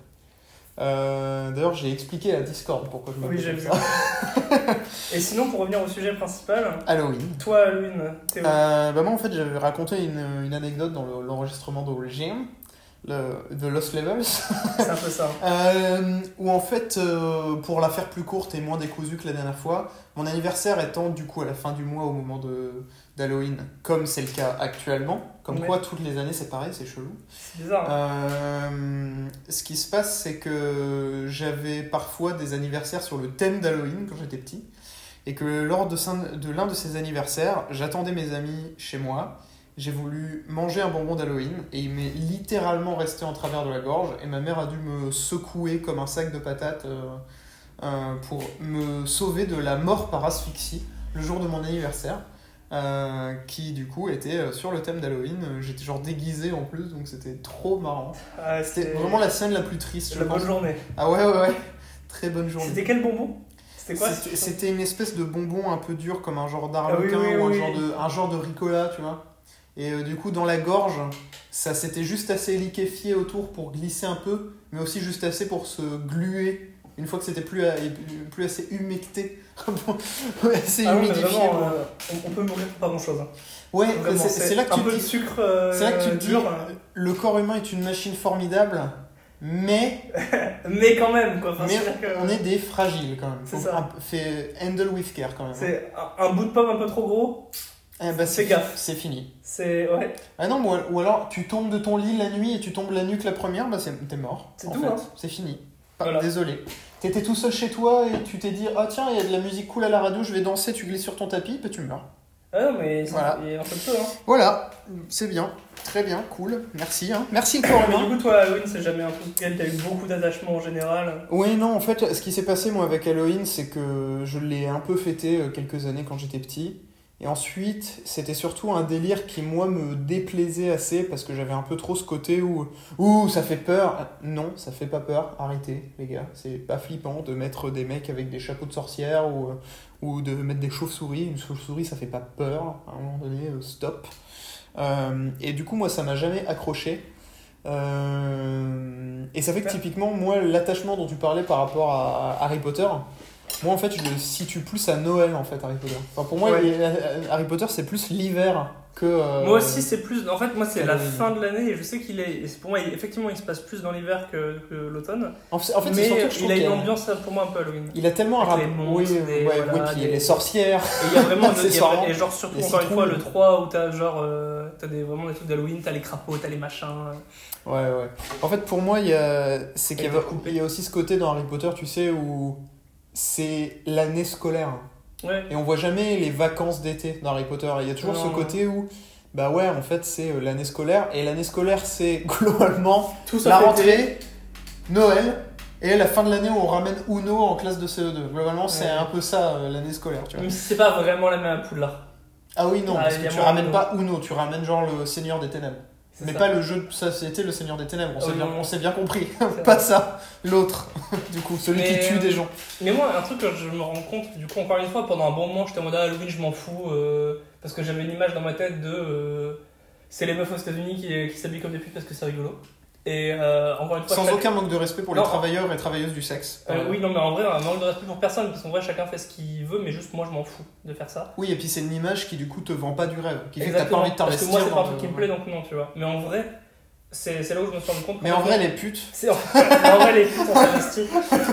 Euh, d'ailleurs, j'ai expliqué à Discord pourquoi je m'appelle Oui, j'ai comme vu. ça. Et sinon, pour revenir au sujet principal, Halloween. toi, Halloween, Théo. Euh, bah moi en fait j'avais raconté une, une anecdote dans le- l'enregistrement d'origine, le The Lost Levels, C'est un peu ça. euh, où en fait euh, pour la faire plus courte et moins décousue que la dernière fois, mon anniversaire étant du coup à la fin du mois au moment de d'Halloween, comme c'est le cas actuellement, comme Ouais. quoi toutes les années c'est pareil, c'est chelou. C'est bizarre. hein. Euh, ce qui se passe c'est que j'avais parfois des anniversaires sur le thème d'Halloween quand j'étais petit. Et que lors de, cin- de l'un de ces anniversaires, j'attendais mes amis chez moi, j'ai voulu manger un bonbon d'Halloween, et il m'est littéralement resté en travers de la gorge, et ma mère a dû me secouer comme un sac de patates euh, euh, pour me sauver de la mort par asphyxie le jour de mon anniversaire, euh, qui du coup était euh, sur le thème d'Halloween. J'étais genre déguisé en plus, donc c'était trop marrant. Ah, C'était vraiment la scène la plus triste, je la pense. bonne journée. Ah ouais, ouais, ouais. Très bonne journée. C'était quel bonbon? C'était quoi? C'était- C'était une espèce de bonbon un peu dur comme un genre Ah d'arlequin oui, oui, ou un, oui. genre de, un genre de ricola, tu vois. Et euh, du coup, dans la gorge, ça s'était juste assez liquéfié autour pour glisser un peu, mais aussi juste assez pour se gluer une fois que c'était plus, à- plus assez humecté. assez Ah oui, mais humidifié. vraiment, pour- euh, on, on peut mourir pour pas grand chose. Ouais, Vraiment, c'est c'est là que un tu peu te de dis, sucre euh, c'est là que tu te dis, dur, euh, le corps humain est une machine formidable, mais mais quand même, quoi. Enfin, Mais c'est-à-dire que on est des fragiles quand même. C'est Faut ça. un- fait handle with care quand même. hein. c'est un, un bout de pomme un peu trop gros, Eh ben, c'est fais gaffe. C'est fini. c'est. Ouais. Ah non, ou al- ou alors tu tombes de ton lit la nuit et tu tombes la nuque la première, bah c'est- t'es mort. C'est en tout, fait. hein. C'est fini. Pas- Voilà. Désolé. T'étais tout seul chez toi et tu t'es dit, ah tiens, il y a de la musique cool à la radio, je vais danser, tu glisses sur ton tapis, puis tu meurs. Ah non, mais ça- Voilà. il y a un peu de peu, hein. Voilà, c'est bien. Très bien, cool. Merci. Hein. Merci le corps Mais humain. du coup, toi, Halloween, c'est jamais un truc auquel t'as eu beaucoup d'attachement en général. Oui, non, en fait, ce qui s'est passé moi avec Halloween, c'est que je l'ai un peu fêté euh, quelques années quand j'étais petit. Et ensuite, c'était surtout un délire qui, moi, me déplaisait assez parce que j'avais un peu trop ce côté où, ouh, ça fait peur. Non, ça fait pas peur. Arrêtez, les gars. C'est pas flippant de mettre des mecs avec des chapeaux de sorcière ou, euh, ou de mettre des chauves-souris. Une chauve-souris, ça fait pas peur. À un moment donné, euh, stop. Euh, et du coup, moi, ça m'a jamais accroché. Euh, et ça fait que typiquement, moi, l'attachement dont tu parlais par rapport à Harry Potter, Moi, en fait, je le situe plus à Noël, en fait, Harry Potter. Enfin, pour moi, Ouais. il- euh, Harry Potter, c'est plus l'hiver que... euh, Moi aussi, c'est plus. En fait, moi, c'est la Halloween. fin de l'année et je sais qu'il est. et c'est- Pour moi, il- effectivement, il se passe plus dans l'hiver que, que l'automne. En fait, en fait, c'est mais surtout que je il trouve a qu'il une y a- ambiance pour moi un peu Halloween. Il a tellement un Avec rap- les monstres, oui, des- ouais, voilà, oui, puis des- les sorcières. Et il y a vraiment. de- il y a- Accessoirement, et genre, surtout, les encore une fois, citrouilles. le trois où t'as genre. euh, t'as des, vraiment des trucs d'Halloween, t'as les crapauds, t'as les machins. Ouais, ouais. En fait, pour moi, il y a, c'est qu'il y, Et a... t'es coupé. il y a aussi ce côté dans Harry Potter, tu sais, où c'est l'année scolaire. Ouais. Et on voit jamais les vacances d'été dans Harry Potter. Il y a toujours Non, ce non. côté où, bah ouais, en fait, c'est euh, l'année scolaire. Et l'année scolaire, c'est globalement Tout ça la fait rentrée, Noël, et la fin de l'année où on ramène Uno en classe de C E deux. Globalement, c'est Ouais. un peu ça, euh, l'année scolaire, tu vois. Même si c'est pas vraiment la même à Poudlard. Ah oui, non, Ah, parce il y que a tu moins ramènes Uno. pas Uno, tu ramènes genre le Seigneur des Ténèbres. C'est Mais ça. pas le jeu de société, le Seigneur des Ténèbres, on Oh s'est bien, non. on s'est bien compris. C'est Pas vrai. ça, l'autre, du coup, celui Mais, qui tue euh, des gens. Mais moi, un truc que je me rends compte, du coup, encore une fois, pendant un bon moment, j'étais en mode ah, Halloween, je m'en fous, euh, parce que j'avais une image dans ma tête de. euh, c'est les meufs aux États-Unis qui, qui s'habillent comme des putes parce que c'est rigolo. Et euh, encore une fois. Sans chaque- aucun manque de respect pour les Non. travailleurs et travailleuses du sexe. Euh, Euh, oui, non, mais en vrai, un manque de respect pour personne, parce qu'en vrai, chacun fait ce qu'il veut, mais juste moi, je m'en fous de faire ça. Oui, et puis c'est une image qui du coup te vend pas du rêve, qui fait que t'as pas Exactement, envie de parce que t'investir. moi, c'est pas un dans truc qui le- me plaît, donc non, tu vois. Mais en vrai, c'est c'est là où je me suis rendu compte. Mais qu'en en fait, vrai, les putes. C'est en en vrai les putes on s'investit.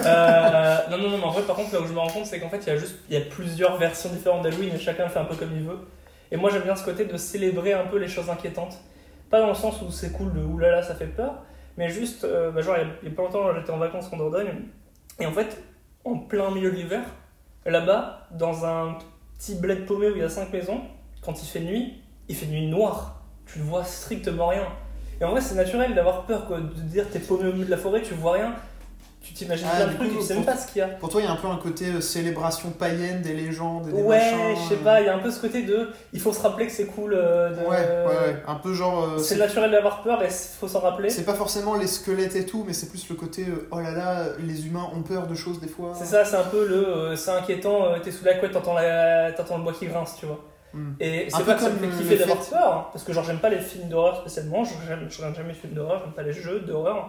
Euh, non non non mais en vrai par contre là où je me rends compte c'est qu'en fait il y a juste il y a plusieurs versions différentes d'Halloween et chacun fait un peu comme il veut. Et moi j'aime bien ce côté de célébrer un peu les choses inquiétantes. Pas dans le sens où c'est cool de oulala ça fait peur, mais juste euh, bah, genre il y, a, il y a pas longtemps j'étais en vacances en Dordogne et en fait en plein milieu de l'hiver là-bas dans un petit bled paumé où il y a cinq maisons quand il fait nuit il fait nuit noire tu ne vois strictement rien. Et en vrai, c'est naturel d'avoir peur, quoi, de dire t'es paumé au milieu de la forêt, tu vois rien, tu t'imagines Ah, plein de du trucs, coup, tu sais pour- même pas ce qu'il y a. Pour toi, il y a un peu un côté euh, célébration païenne des légendes et des Ouais, machins. je sais pas, il y a un peu ce côté de. Il faut se rappeler que c'est cool. euh, de- Ouais, ouais, ouais. Un peu genre. euh, C'est c'est- naturel d'avoir peur et il faut s'en rappeler. C'est pas forcément les squelettes et tout, mais c'est plus le côté euh, oh là là, les humains ont peur de choses des fois. C'est ça, c'est un peu le. euh, c'est inquiétant, euh, t'es sous la couette, t'entends, la... t'entends le bois qui grince, tu vois. Hmm. Et Un c'est peu pas que ça me comme fait le kiffer fait- d'avoir peur, hein, parce que genre j'aime pas les films d'horreur spécialement, je j'aime je regarde jamais les films d'horreur, j'aime pas les jeux d'horreur.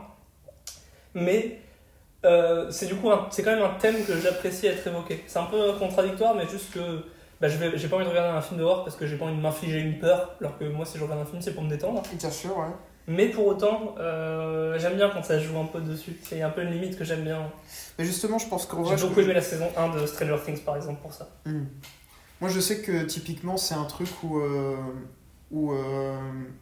Mais euh, c'est du coup un- c'est quand même un thème que j'apprécie être évoqué. C'est un peu contradictoire, mais juste que bah, je vais, j'ai pas envie de regarder un film d'horreur parce que j'ai pas envie de m'infliger une peur, alors que moi si je regarde un film c'est pour me détendre. Bien sûr, ouais. Mais pour autant, euh, j'aime bien quand ça joue un peu dessus. C'est un peu une limite que j'aime bien. Mais justement, je pense qu'en J'ai vrai. je- beaucoup aimé la saison un de Stranger Things par exemple pour ça. Hmm. Moi, je sais que typiquement, c'est un truc où. euh, où euh,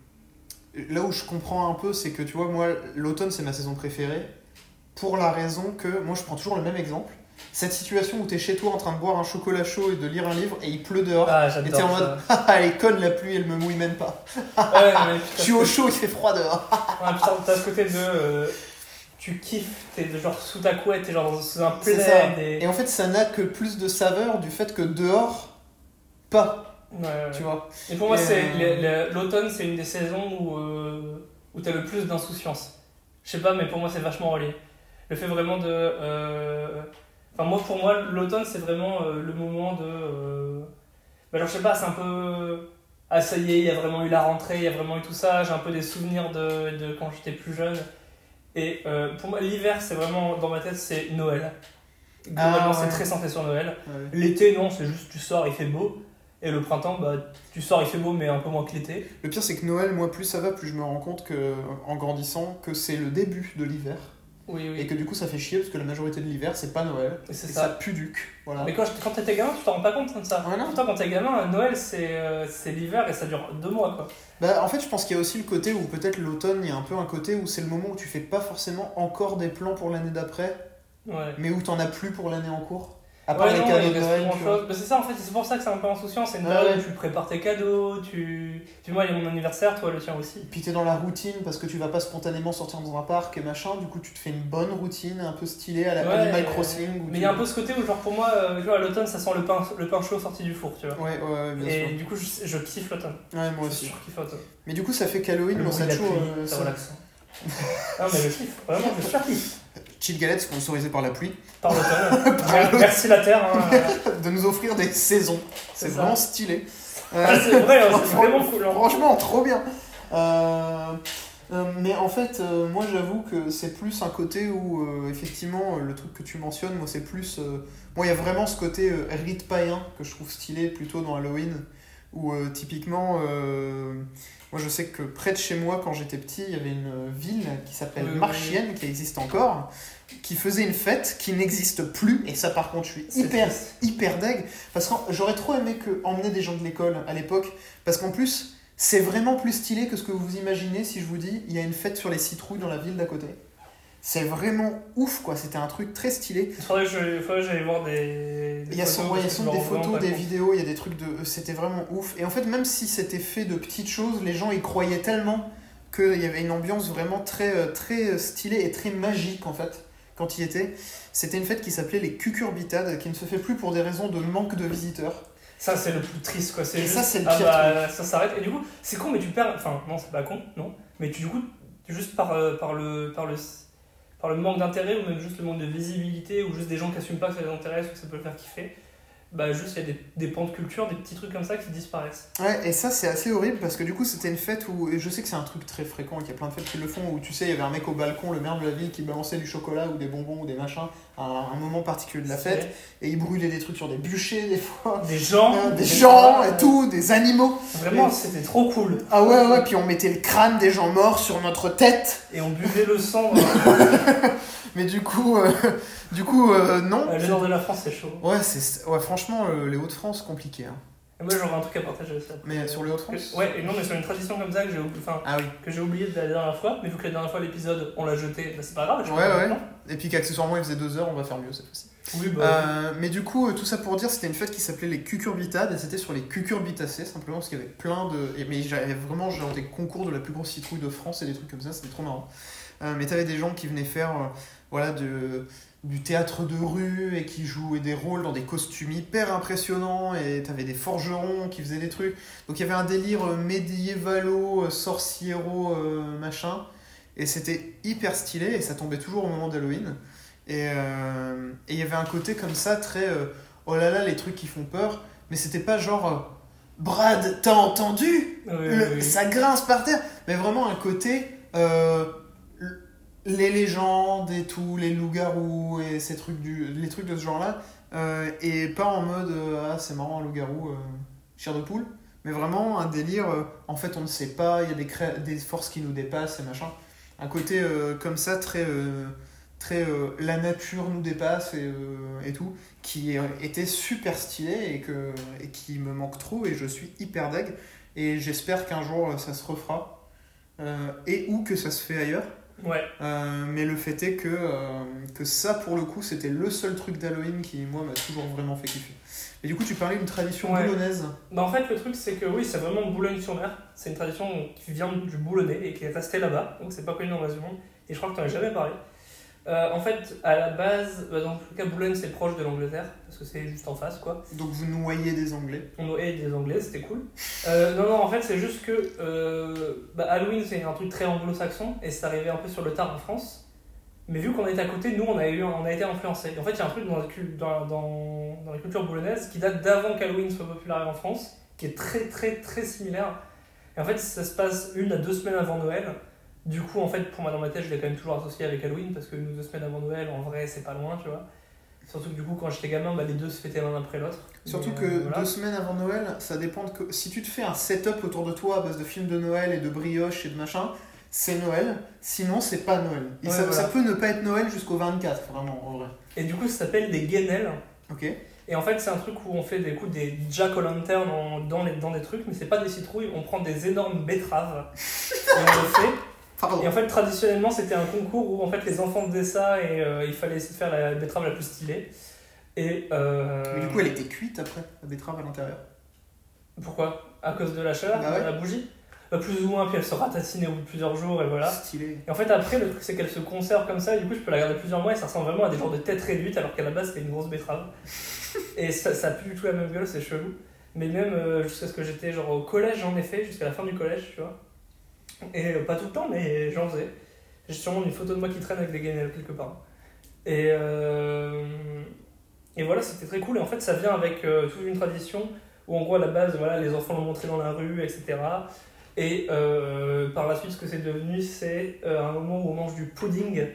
là où je comprends un peu, c'est que tu vois, moi, l'automne, c'est ma saison préférée. Pour la raison que. Moi, je prends toujours le même exemple. Cette situation où t'es chez toi en train de boire un chocolat chaud et de lire un livre et il pleut dehors. Ah, Et t'es j'adore en ça. mode, ah, elle est conne la pluie, elle me mouille même pas. Ouais, mais Je suis au chaud, il fait froid dehors. Ouais, putain, t'as ce côté de. euh, tu kiffes, t'es de genre sous ta couette, t'es genre dans- sous un C'est plaid. ça. Et... Et en fait, ça n'a que plus de saveur du fait que dehors, pas, Ouais, ouais. tu vois. Et pour moi, Et, c'est euh, le- le- l'automne, c'est une des saisons où, euh, où t'as le plus d'insouciance. Je sais pas, mais pour moi, c'est vachement relié. Le fait vraiment de. euh, Enfin, moi, pour moi, l'automne, c'est vraiment euh, le moment de. euh, Bah, genre, je sais pas, c'est un peu. Ah, ça y est, il y a vraiment eu la rentrée, il y a vraiment eu tout ça. J'ai un peu des souvenirs de, de quand j'étais plus jeune. Et euh, pour moi, l'hiver, c'est vraiment, dans ma tête, c'est Noël. Globalement, Ah, ouais. c'est très centré sur Noël. Ouais. L'été, non, c'est juste tu sors, il fait beau. Et le printemps, bah, tu sors, il fait beau, mais un peu moins que l'été. Le pire, c'est que Noël, moi, plus ça va, plus je me rends compte que, en grandissant, que c'est le début de l'hiver. Oui, oui. Et que du coup, ça fait chier parce que la majorité de l'hiver, c'est pas Noël. Et c'est Et ça. ça pue duc. Voilà. Mais quand, je- quand t'étais gamin, tu t'en rends pas compte de ça. Ouais, non. Pourtant, quand t'es gamin, Noël, c'est euh, c'est l'hiver et ça dure deux mois, quoi. Bah, en fait, je pense qu'il y a aussi le côté où peut-être l'automne, il y a un peu un côté où c'est le moment où tu fais pas forcément encore des plans pour l'année d'après, Ouais. mais où t'en as plus pour l'année en cours. À part Ouais, les non, cadeaux il de reste Noël. plus tu vois. grand-chose. Bah, c'est ça, en fait, c'est pour ça que c'est un peu insouciant. C'est une Ouais, période ouais. où tu prépares tes cadeaux, tu... tu vois, il y a mon anniversaire, toi, le tien aussi. Puis t'es dans la routine parce que tu vas pas spontanément sortir dans un parc et machin, du coup tu te fais une bonne routine un peu stylée à la Ouais, Animal euh, Crossing. Où Mais tu- il y a un peu ce côté où, genre, pour moi, euh, tu vois, à l'automne, ça sent le pain, le pain chaud sorti du four, tu vois. Ouais, ouais, ouais, bien Et sûr. du coup, je, je kiffe l'automne. Ouais, moi Je aussi. surkiffe l'automne. Mais du coup, ça fait qu'Halloween, Le moi bruit ça de la toujours. pluie, euh, c'est ça- relaxant. Non, mais je kiffe, vraiment, je surkiffe. Cheat Galette sponsorisé par la pluie, Par l'automne. Par Mer- Merci la Terre. Hein. de nous offrir des saisons. C'est C'est ça. vraiment stylé. Euh, Ah, c'est vrai, hein, c'est vraiment cool. hein. Franchement, trop bien. Euh, Euh, mais en fait, euh, moi j'avoue que c'est plus un côté où, euh, effectivement, le truc que tu mentionnes, moi c'est plus. Euh, moi il y a vraiment ce côté euh, rite païen que je trouve stylé plutôt dans Halloween, où euh, typiquement, euh, moi je sais que près de chez moi, quand j'étais petit, il y avait une ville qui s'appelle Oui, oui, Marchienne, oui. qui existe encore, qui faisait une fête qui n'existe plus, et ça par contre je suis C'est hyper, triste. hyper deg, parce que j'aurais trop aimé que, emmener des gens de l'école à l'époque, parce qu'en plus. C'est vraiment plus stylé que ce que vous imaginez si je vous dis il y a une fête sur les citrouilles dans la ville d'à côté. C'est vraiment ouf quoi, c'était un truc très stylé. Il faudrait que je- il faudrait que j'aille voir des. des Il y a photos, sans, ouais, il y a parce que sans je me des rends vraiment photos, pas des compte. vidéos, il y a des trucs de. C'était vraiment ouf. Et en fait, même si c'était fait de petites choses, les gens y croyaient tellement qu'il y avait une ambiance vraiment très, euh, très stylée et très magique en fait quand il y était. C'était une fête qui s'appelait les Cucurbitades, qui ne se fait plus pour des raisons de manque de visiteurs. Ça, c'est le plus triste, quoi. C'est Et juste, ça, c'est le ah pire bah, ça s'arrête. Et du coup, c'est con, mais tu perds. Enfin, non, c'est pas con, non. Mais tu, du coup, juste par, euh, par, le, par, le, par le manque d'intérêt, ou même juste le manque de visibilité, ou juste des gens qui assument pas que ça les intéresse, ou que ça peut le faire kiffer, bah, juste il y a des, des pans de culture, des petits trucs comme ça qui disparaissent. Ouais, et ça c'est assez horrible parce que du coup c'était une fête où, et je sais que c'est un truc très fréquent et qu'il y a plein de fêtes qui le font, où tu sais, il y avait un mec au balcon, le maire de la ville, qui balançait du chocolat ou des bonbons ou des machins à un moment particulier de la fête, et il brûlait des trucs sur des bûchers des fois, Des gens. Euh, des gens et tout, des animaux. Vraiment, Et- c'était trop cool. Ah ouais, ouais, puis on mettait le crâne des gens morts sur notre tête, Et on buvait le sang. mais du coup, euh, du coup, euh, non. Euh, le nord de la France, c'est chaud. Ouais, c'est, ouais, franchement, euh, les Hauts-de-France, compliqué. Hein. Et moi, j'aurais un truc à partager aussi. après. Mais sur les Hauts-de-France Ouais, et non, mais sur une tradition comme ça que j'ai oublié, enfin, Ah oui. que j'ai oublié de la dernière fois, mais vu que la dernière fois l'épisode on l'a jeté, bah c'est pas grave. je Ouais, peux le ouais. faire maintenant. Et puis qu'accessoirement il faisait deux heures, on va faire mieux cette fois-ci. Oui, bah. Euh, mais du coup, euh, tout ça pour dire, c'était une fête qui s'appelait les Cucurbitades, et c'était sur les Cucurbitacées, simplement parce qu'il y avait plein de. et- Mais j'avais vraiment genre des concours de la plus grosse citrouille de France et des trucs comme ça, c'était trop marrant. Euh, mais t'avais des gens qui venaient faire euh, voilà, de, du théâtre de rue et qui jouaient des rôles dans des costumes hyper impressionnants, et t'avais des forgerons qui faisaient des trucs. Donc il y avait un délire euh, médiévalo, euh, sorciéro, euh, machin, et c'était hyper stylé, et ça tombait toujours au moment d'Halloween. Et euh, et il y avait un côté comme ça, très euh, oh là là, les trucs qui font peur, mais c'était pas genre euh, Brad, t'as entendu Oui, Le- oui, oui. Ça grince par terre, mais vraiment un côté euh, l- les légendes et tout, les loups-garous et ces trucs du, les trucs de ce genre-là, euh, et pas en mode euh, ah c'est marrant un loup-garou, euh, chair de poule, mais vraiment un délire, euh, en fait on ne sait pas, il y a des, cré- des forces qui nous dépassent et machin. Un côté euh, comme ça très. Euh, très euh, la nature nous dépasse et, euh, et tout, qui euh, était super stylé et, que, et qui me manque trop, et je suis hyper deg, et j'espère qu'un jour euh, ça se refera, euh, et ou que ça se fait ailleurs. Ouais. Euh, mais le fait est que, euh, que ça pour le coup c'était le seul truc d'Halloween qui moi m'a toujours vraiment fait kiffer. Et du coup tu parlais d'une tradition Ouais. boulonnaise. Bah en fait le truc c'est que oui c'est vraiment Boulogne-sur-Mer, c'est une tradition qui vient du Boulonnais et qui est restée là-bas, donc c'est pas connu dans le reste du monde, et je crois que t'en as jamais parlé. Euh, en fait à la base, bah, dans le cas Boulogne c'est proche de l'Angleterre, parce que c'est juste en face quoi. Donc vous noyez des Anglais. On est des Anglais, c'était cool. Euh, non, non, en fait, c'est juste que euh, bah, Halloween, c'est un truc très anglo-saxon et c'est arrivé un peu sur le tard en France. Mais vu qu'on était à côté, nous, on a, eu, on a été influencés. Et en fait, il y a un truc dans la, cul- dans, dans, dans la culture boulonnaise qui date d'avant qu'Halloween soit populaire en France, qui est très, très, très similaire. Et en fait, ça se passe une à deux semaines avant Noël. Du coup, en fait, pour moi, dans ma tête, je l'ai quand même toujours associé avec Halloween parce que une ou deux semaines avant Noël, en vrai, c'est pas loin, tu vois. Surtout que du coup, quand j'étais gamin, bah, les deux se fêtaient l'un après l'autre. Surtout Mais, que euh, voilà. deux semaines avant Noël, ça dépend de que... Si tu te fais un setup autour de toi à base de films de Noël et de brioche et de machin, c'est Noël. Sinon, c'est pas Noël. Et Ouais, ça, voilà. ça peut ne pas être Noël jusqu'au vingt-quatre, vraiment, en vrai. Et du coup, ça s'appelle des guenelles. Ok. Et en fait, c'est un truc où on fait des coups des jack-o'-lantern dans, dans, les, dans des trucs, mais c'est pas des citrouilles, on prend des énormes betteraves et on le fait. Pardon. Et en fait, traditionnellement, c'était un concours où en fait les enfants faisaient ça et euh, il fallait essayer de faire la betterave la plus stylée. Et euh... Mais du coup, elle était cuite après, la betterave à l'intérieur. Pourquoi ? À cause de la chaleur, Bah ouais. de la bougie ? Bah, plus ou moins, puis elle se ratatine au bout de plusieurs jours et voilà. Stylé. Et en fait, après, le truc c'est qu'elle se conserve comme ça, et du coup, je peux la garder plusieurs mois et ça ressemble vraiment à des genres de têtes réduites alors qu'à la base c'était une grosse betterave. Et ça, ça a plus du tout la même gueule, c'est chelou. Mais même euh, jusqu'à ce que j'étais genre au collège, j'en ai fait, jusqu'à la fin du collège, tu vois. Et euh, pas tout le temps, mais j'en faisais. J'ai sûrement une photo de moi qui traîne avec des guenilles quelque part. Et, euh, et voilà, c'était très cool. Et en fait, ça vient avec euh, toute une tradition où, en gros, à la base, voilà, les enfants l'ont montré dans la rue, et cetera. Et euh, par la suite, ce que c'est devenu, c'est euh, un moment où on mange du pudding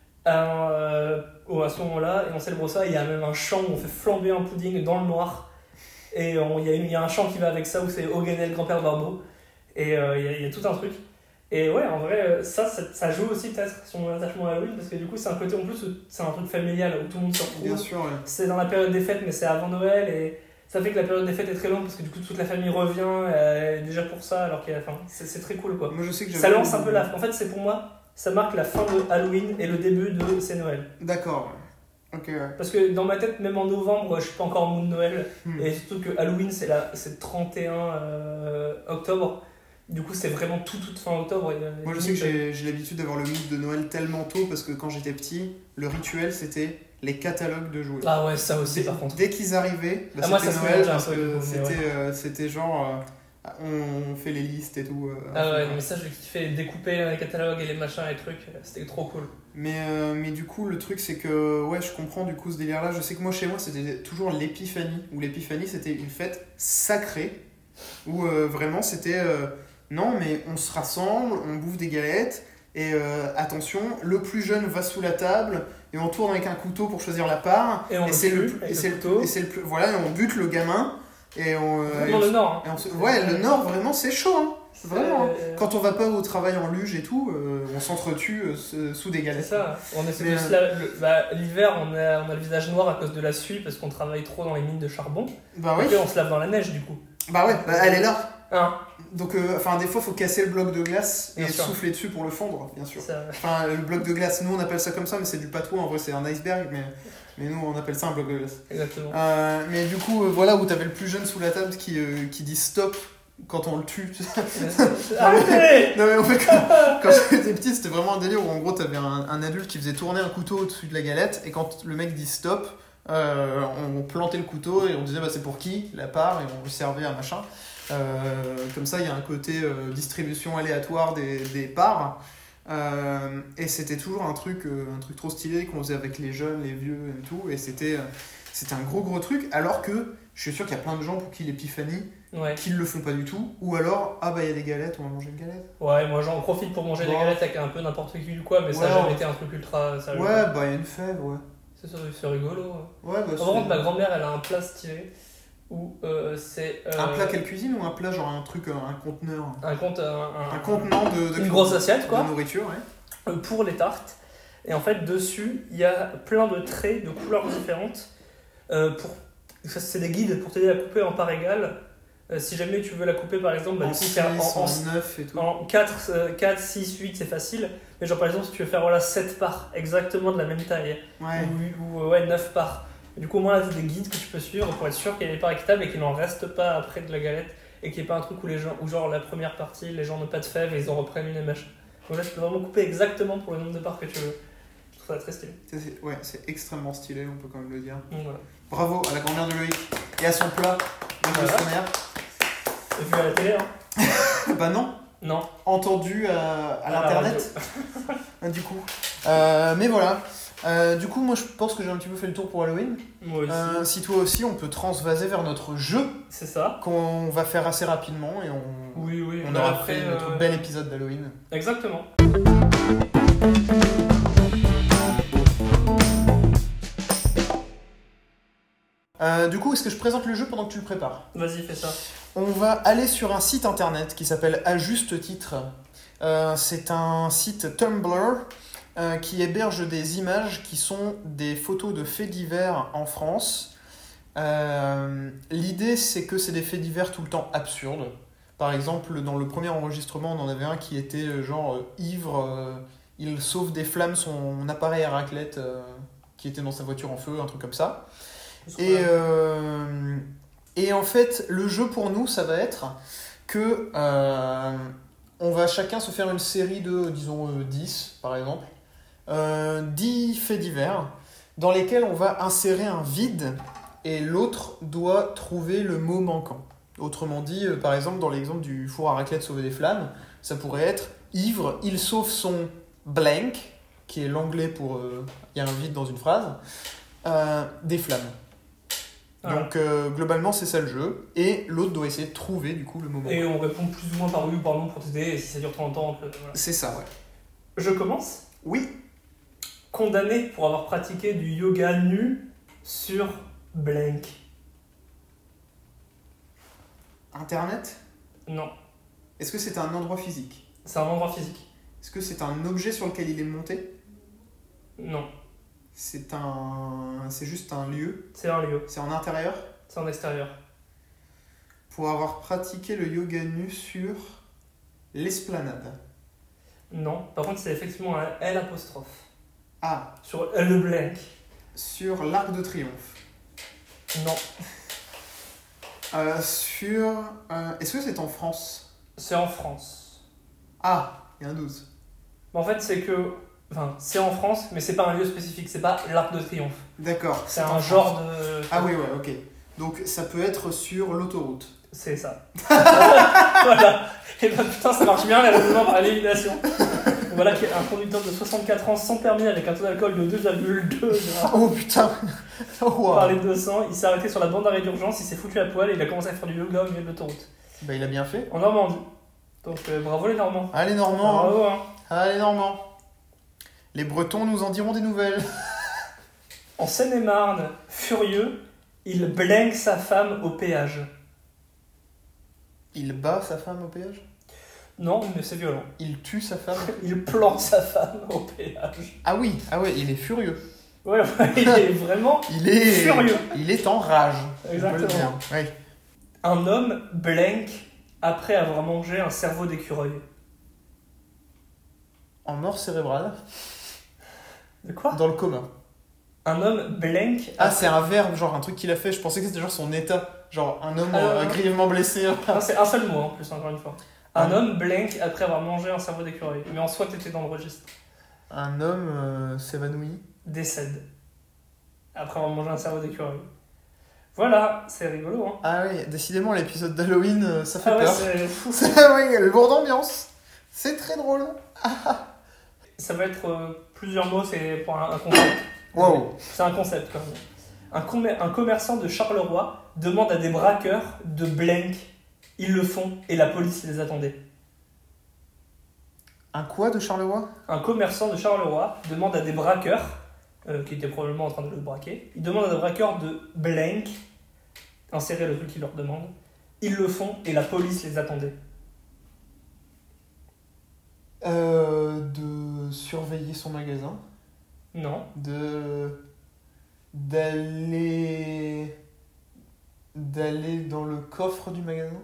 à, euh, à ce moment-là, et on célèbre ça. Il y a même un chant où on fait flamber un pudding dans le noir. Et on- il y, a une- il y a un chant qui va avec ça où c'est Oganel, grand-père Barbeau. Et euh, il y, a- il y a tout un truc. Et ouais, en vrai, euh, ça, ça, ça joue aussi peut-être sur mon attachement à Halloween, parce que du coup, c'est un côté en plus, où c'est un truc familial où tout le monde se retrouve. Bien sûr, ouais. C'est dans la période des fêtes, mais c'est avant Noël, et ça fait que la période des fêtes est très longue, parce que du coup, toute la famille revient euh, déjà pour ça, alors qu'il y a, enfin, c'est, c'est très cool, quoi. Moi, je sais que Ça j'avais- lance un peu la... En fait, c'est pour moi, ça marque la fin de Halloween et le début de c'est Noël. D'accord, ouais. Ok, ouais. Parce que dans ma tête, même en novembre, je suis pas encore en mood Noël, Hmm. et surtout que Halloween, c'est, la... c'est le trente et un euh, octobre. Du coup, c'est vraiment tout, toute fin octobre. Il y a- Moi, je sais que j'ai j'ai l'habitude d'avoir le mood de Noël tellement tôt parce que quand j'étais petit, le rituel c'était les catalogues de jouets. Ah ouais, ça aussi, Dès, par contre. dès qu'ils arrivaient, bah, Ah, moi, c'était ça se Noël mélange un parce peu, que du coup, mais c'était ouais. euh, c'était genre euh, on fait les listes et tout. euh, Ah ouais, enfin, mais ça, je kiffais découper les catalogues et les machins et trucs, c'était trop cool. Mais, euh, mais du coup, le truc, c'est que ouais, je comprends du coup ce délire-là. Je sais que moi, chez moi, c'était toujours l'épiphanie. Où l'épiphanie, c'était une fête sacrée. Où euh, vraiment, c'était euh, non, mais on se rassemble, on bouffe des galettes. Et euh, attention, le plus jeune va sous la table. Et on tourne avec un couteau pour choisir la part. Et on le c'est tue le, avec et le c'est couteau. et c'est le plus. Voilà, et on bute le gamin. Et on. euh, et Vraiment on le se- Nord. et on se- ouais, le Nord, vraiment, c'est chaud. Hein. Vraiment. hein. Euh, Quand on va pas au travail en luge et tout, euh, on s'entretue euh, s- sous des C'est galettes. ça, on essaie Mais, de se laver- le- bah, l'hiver, on a, on a le visage noir à cause de la suie parce qu'on travaille trop dans les mines de charbon. Bah oui. Après, on se lave dans la neige du coup. Bah ouais, bah, elle est là. Hein, Donc, euh, enfin, des fois, faut casser le bloc de glace et Bien sûr. souffler dessus pour le fondre, bien sûr. ça- Enfin, le bloc de glace, nous on appelle ça comme ça, mais c'est du patois, en vrai c'est un iceberg, mais, mais nous on appelle ça un bloc de glace. exactement. Euh, mais du coup, euh, voilà où t'avais le plus jeune sous la table qui, euh, qui dit stop quand on le tue. Arrêtez. Non mais en fait, quand, quand j'étais petit, c'était vraiment un délire où en gros t'avais un, un adulte qui faisait tourner un couteau au-dessus de la galette, et quand le mec dit stop, euh, on plantait le couteau et on disait bah c'est pour qui la part, et on lui servait un machin. Euh, comme ça, il y a un côté euh, distribution aléatoire des, des parts. Euh, et c'était toujours un truc, euh, un truc trop stylé qu'on faisait avec les jeunes, les vieux et tout. Et c'était, euh, c'était un gros gros truc. Alors que je suis sûr qu'il y a plein de gens pour qui l'épiphanie, Ouais. qui le font pas du tout. Ou alors, ah bah il y a des galettes, on va manger une galette. ouais, moi j'en profite pour manger des Bon. galettes avec un peu n'importe qui ou quoi, mais ça Ouais, n'a jamais ouais. été un truc ultra sérieux. Ouais, bah il y a une fève, ouais. C'est, c'est rigolo. Ouais, bah Par contre, ma grand-mère elle a un plat stylé où euh, c'est. euh, Un plat qu'elle cuisine ou un plat genre un truc, euh, un conteneur Un compte. Un, un- Un contenant de, de Une grosse assiette de quoi. nourriture, ouais. euh, pour les tartes. Et en fait, dessus, il y a plein de traits de couleurs différentes. Euh, pour... ça, c'est des guides pour t'aider à couper en parts égales. Euh, si jamais tu veux la couper, par exemple, bah, En du coup, six, faire en, en, en neuf et tout. en quatre, euh, quatre, six, huit, c'est facile. Mais genre, par exemple, si tu veux faire voilà, sept parts exactement de la même taille, Ouais. ou, ou euh, ouais, neuf parts. Et du coup, au moins, là, tu as des guides que tu peux suivre pour être sûr qu'il y ait des parts équitables et qu'il n'en reste pas après de la galette. Et qu'il n'y ait pas un truc où, les gens, où, genre, la première partie, les gens n'ont pas de fèves et ils en reprennent une et machin. Donc là, tu peux vraiment couper exactement pour le nombre de parts que tu veux. Je trouve ça très stylé. Ça, c'est- ouais, c'est extrêmement stylé, on peut quand même le dire. Donc voilà. Bravo à la grand-mère de Loïc et à son plat de Voilà. sommaire. Et vu à la télé, hein. Bah non, Non. entendu à, à la l'internet, du coup. Euh, mais voilà. Euh, du coup, moi je pense que j'ai un petit peu fait le tour pour Halloween. Moi aussi. Euh, si toi aussi, on peut transvaser vers notre jeu C'est ça. qu'on va faire assez rapidement et on, Oui, oui. on mais aura après, fait notre euh, bel épisode d'Halloween. Exactement. Euh, du coup, est-ce que je présente le jeu pendant que tu le prépares ? Vas-y, fais ça. On va aller sur un site internet qui s'appelle À Juste Titre. Euh, c'est un site Tumblr euh, qui héberge des images qui sont des photos de faits divers en France. Euh, l'idée, c'est que c'est des faits divers tout le temps absurdes. Par exemple, dans le premier enregistrement, on en avait un qui était euh, genre euh, ivre, euh, il sauve des flammes son appareil à raclette euh, qui était dans sa voiture en feu, un truc comme ça. Et, euh, et en fait, le jeu pour nous, ça va être que euh, on va chacun se faire une série de, disons, euh, dix par exemple, euh, dix faits divers, dans lesquels on va insérer un vide et l'autre doit trouver le mot manquant. Autrement dit, euh, par exemple, dans l'exemple du four à raclette sauver des flammes, ça pourrait être ivre, il sauve son blank, qui est l'anglais pour euh, il y a un vide dans une phrase, euh, des flammes. Voilà. Donc euh, globalement c'est ça le jeu, et l'autre doit essayer de trouver du coup le moment. Et on répond plus ou moins par oui ou par non pour t'aider, et si ça dure trop longtemps, on peut- voilà. C'est ça, ouais. Je commence. Oui. Condamné pour avoir pratiqué du yoga nu sur blank. Internet. Non, Est-ce que c'est un endroit physique? c'est un endroit physique. Est-ce que c'est un objet sur lequel il est monté? Non, C'est un... C'est juste un lieu? c'est un lieu, C'est en intérieur? c'est en extérieur. Pour avoir pratiqué le yoga nu sur l'esplanade. Non, par contre c'est effectivement un L apostrophe. Ah, Sur le blank. sur l'Arc de Triomphe. Non, Euh, sur... euh, Est-ce que c'est en France? c'est en France. Ah, il y a un doute. En fait c'est que... Enfin, c'est en France, mais c'est pas un lieu spécifique, c'est pas l'Arc de Triomphe. D'accord. C'est en un France. genre de... Ah oui, ouais, ok. Donc ça peut être sur l'autoroute. C'est ça. Voilà. Et ben putain, ça marche bien, les raisonnements par élimination. Voilà qu'il y a un conducteur de soixante-quatre ans sans permis avec un taux d'alcool de deux virgule deux grammes Oh putain. Oh, wow. par les deux cents. Il s'est arrêté sur la bande d'arrêt d'urgence, il s'est foutu à poil et il a commencé à faire du yoga au milieu de l'autoroute. Bah il a bien fait. En Normandie. Donc euh, bravo les Normands. Allez Normand. Bravo hein. Allez Normand. Les Bretons nous en diront des nouvelles. En Seine-et-Marne, furieux, il blingue sa femme au péage. Il bat sa femme au péage? Non, mais c'est violent. Il tue sa femme? Il plante sa femme au péage. Ah oui, ah ouais, il est furieux. Ouais, ouais, il est vraiment Il est furieux. Il est en rage. on peut le Exactement. dire. Ouais. Un homme blank après avoir mangé un cerveau d'écureuil. En mort cérébrale, De quoi? dans le coma. Un homme blank. Ah, c'est un verbe, genre un truc qu'il a fait. Je pensais que c'était genre son état. Genre un homme Ah, euh, non. grièvement blessé. Non, c'est un seul mot en plus, encore une fois. Un Ah. homme blank après avoir mangé un cerveau d'écureuil. Mais en soi, t'étais dans le registre. Un homme euh, s'évanouit. Décède. Après avoir mangé un cerveau d'écureuil. Voilà, c'est rigolo, hein. Ah oui, décidément, l'épisode d'Halloween, euh, ça fait Ah ouais, peur. c'est fou. Ah oui, lourde ambiance. C'est très drôle. Ça va être euh, plusieurs mots, c'est pour un, un concept. Wow. C'est un concept quand même. Un, commer- un commerçant de Charleroi demande à des braqueurs de blank. Ils le font et la police les attendait. Un quoi de Charleroi? Un commerçant de Charleroi demande à des braqueurs, euh, qui étaient probablement en train de le braquer, il demande à des braqueurs de blank, insérer le truc qu'il leur demande. Ils le font et la police les attendait. Euh, de surveiller son magasin. Non. De... D'aller... D'aller dans le coffre du magasin.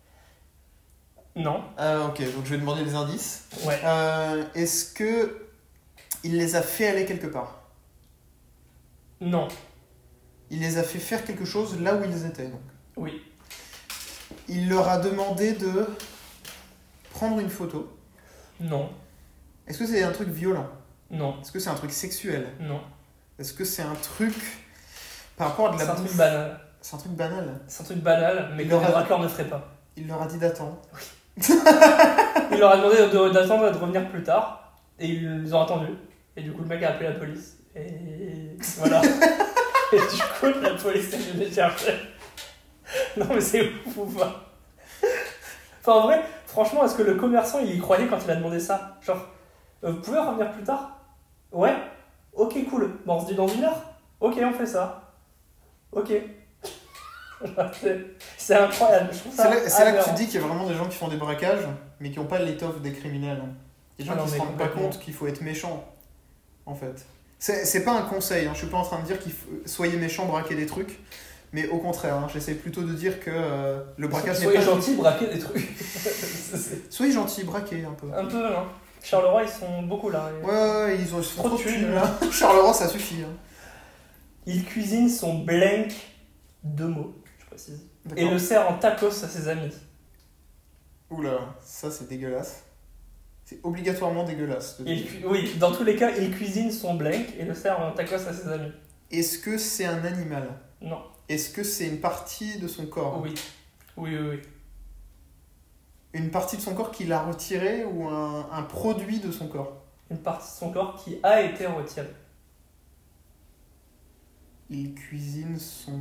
Non. Ah ok, donc je vais demander des indices. Ouais. Euh, est-ce que il les a fait aller quelque part? Non. Il les a fait faire quelque chose là où ils étaient, donc. Oui. Il leur a demandé de prendre une photo. Non. Est-ce que c'est un truc violent? Non. Est-ce que c'est un truc sexuel? Non. Est-ce que c'est un truc par rapport à de C'est la un truc bouffe? banal. C'est un truc banal. C'est un truc banal, mais Il que les leur a- braqueurs ne feraient pas. Il leur a dit d'attendre. Il leur a demandé de- d'attendre et de revenir plus tard. Et ils ont attendu. Et du coup, le mec a appelé la police. Et voilà. Et du coup, la police est venue les chercher. Non, mais c'est ouf ou pas? Enfin, en vrai, franchement, est-ce que le commerçant il y croyait quand il a demandé ça? Genre, euh, vous pouvez revenir plus tard? Ouais. Ok, cool. Bon, on se dit dans une heure? Ok, on fait ça. Ok. c'est, c'est incroyable. Je trouve ça C'est là, c'est là que tu aberrant. dis qu'il y a vraiment des gens qui font des braquages, mais qui n'ont pas l'étoffe des criminels. Des gens Ah non, qui se mais rendent pas complètement. compte qu'il faut être méchant, en fait. C'est, c'est pas un conseil, hein. Je suis pas en train de dire qu'il faut soyez méchant, braquer des trucs, mais au contraire, hein. J'essaie plutôt de dire que euh, le braquage n'est Soyez pas... gentil, braquez des trucs. c'est Soyez gentil, braquez un peu. un peu, hein. Charleroi, ils sont beaucoup là. Ouais, ouais, ouais, ils ont Trop de trop de thunes, thunes, là. Charleroi, ça suffit. Hein. Il cuisine son blank, deux mots, je précise, et D'accord. le sert en tacos à ses amis. Oula, ça c'est dégueulasse. C'est obligatoirement dégueulasse. de Il dire. cu- Oui, dans tous les cas, il cuisine son blank et le sert en tacos à ses amis. Est-ce que c'est un animal? Non. Est-ce que c'est une partie de son corps? Oui. Oui, oui, oui. Une partie de son corps qu'il a retirée ou un, un produit de son corps? Une partie de son corps qui a été retirée. Il cuisine son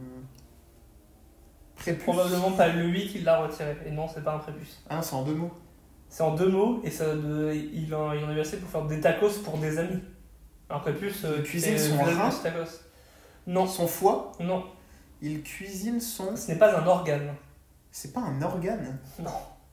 prépuce. Probablement pas lui qui l'a retiré. Et non, c'est pas un prépuce. Ah non, c'est en deux mots. C'est en deux mots et ça, de, il, en, il en a eu assez pour faire des tacos pour des amis. Un prépuce, euh, Il cuisine c'est son le village rein. de tacos. Non, Son foie. non, Il cuisine son... ce n'est pas un organe. C'est pas un organe. Non.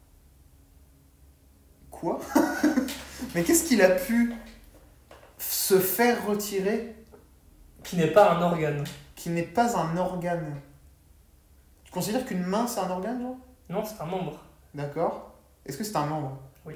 Quoi? Mais qu'est-ce qu'il a pu se faire retirer Qui n'est pas un organe. qui n'est pas un organe? Tu considères qu'une main c'est un organe, genre? Non, c'est un membre. D'accord. Est-ce que c'est un membre? Oui.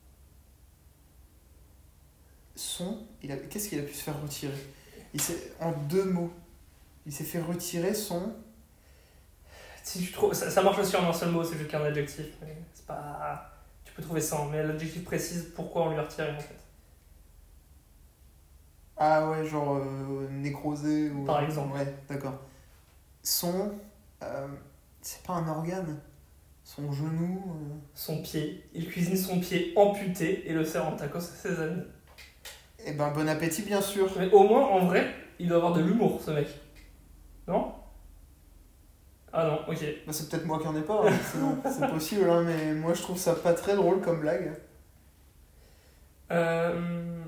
Son... Il a... Qu'est-ce qu'il a pu se faire retirer? Il s'est... En deux mots. Il s'est fait retirer son... Si tu trouves, ça, ça marche aussi en un seul mot, c'est juste qu'un adjectif. Mais c'est pas. Tu peux trouver sans, mais l'adjectif précise pourquoi on lui a retiré en fait. Ah ouais, genre euh, nécrosé ou... Par exemple. Ouais, d'accord. Son... euh, c'est pas un organe. Son genou... euh, Son pied, il cuisine son pied amputé et le sert en tacos à ses amis. Eh ben, bon appétit, bien sûr. Mais au moins, en vrai, il doit avoir de l'humour, ce mec. Non? Ah non, ok. Bah, c'est peut-être moi qui en ai pas, hein, sinon, c'est possible, hein, mais moi je trouve ça pas très drôle comme blague. Euh...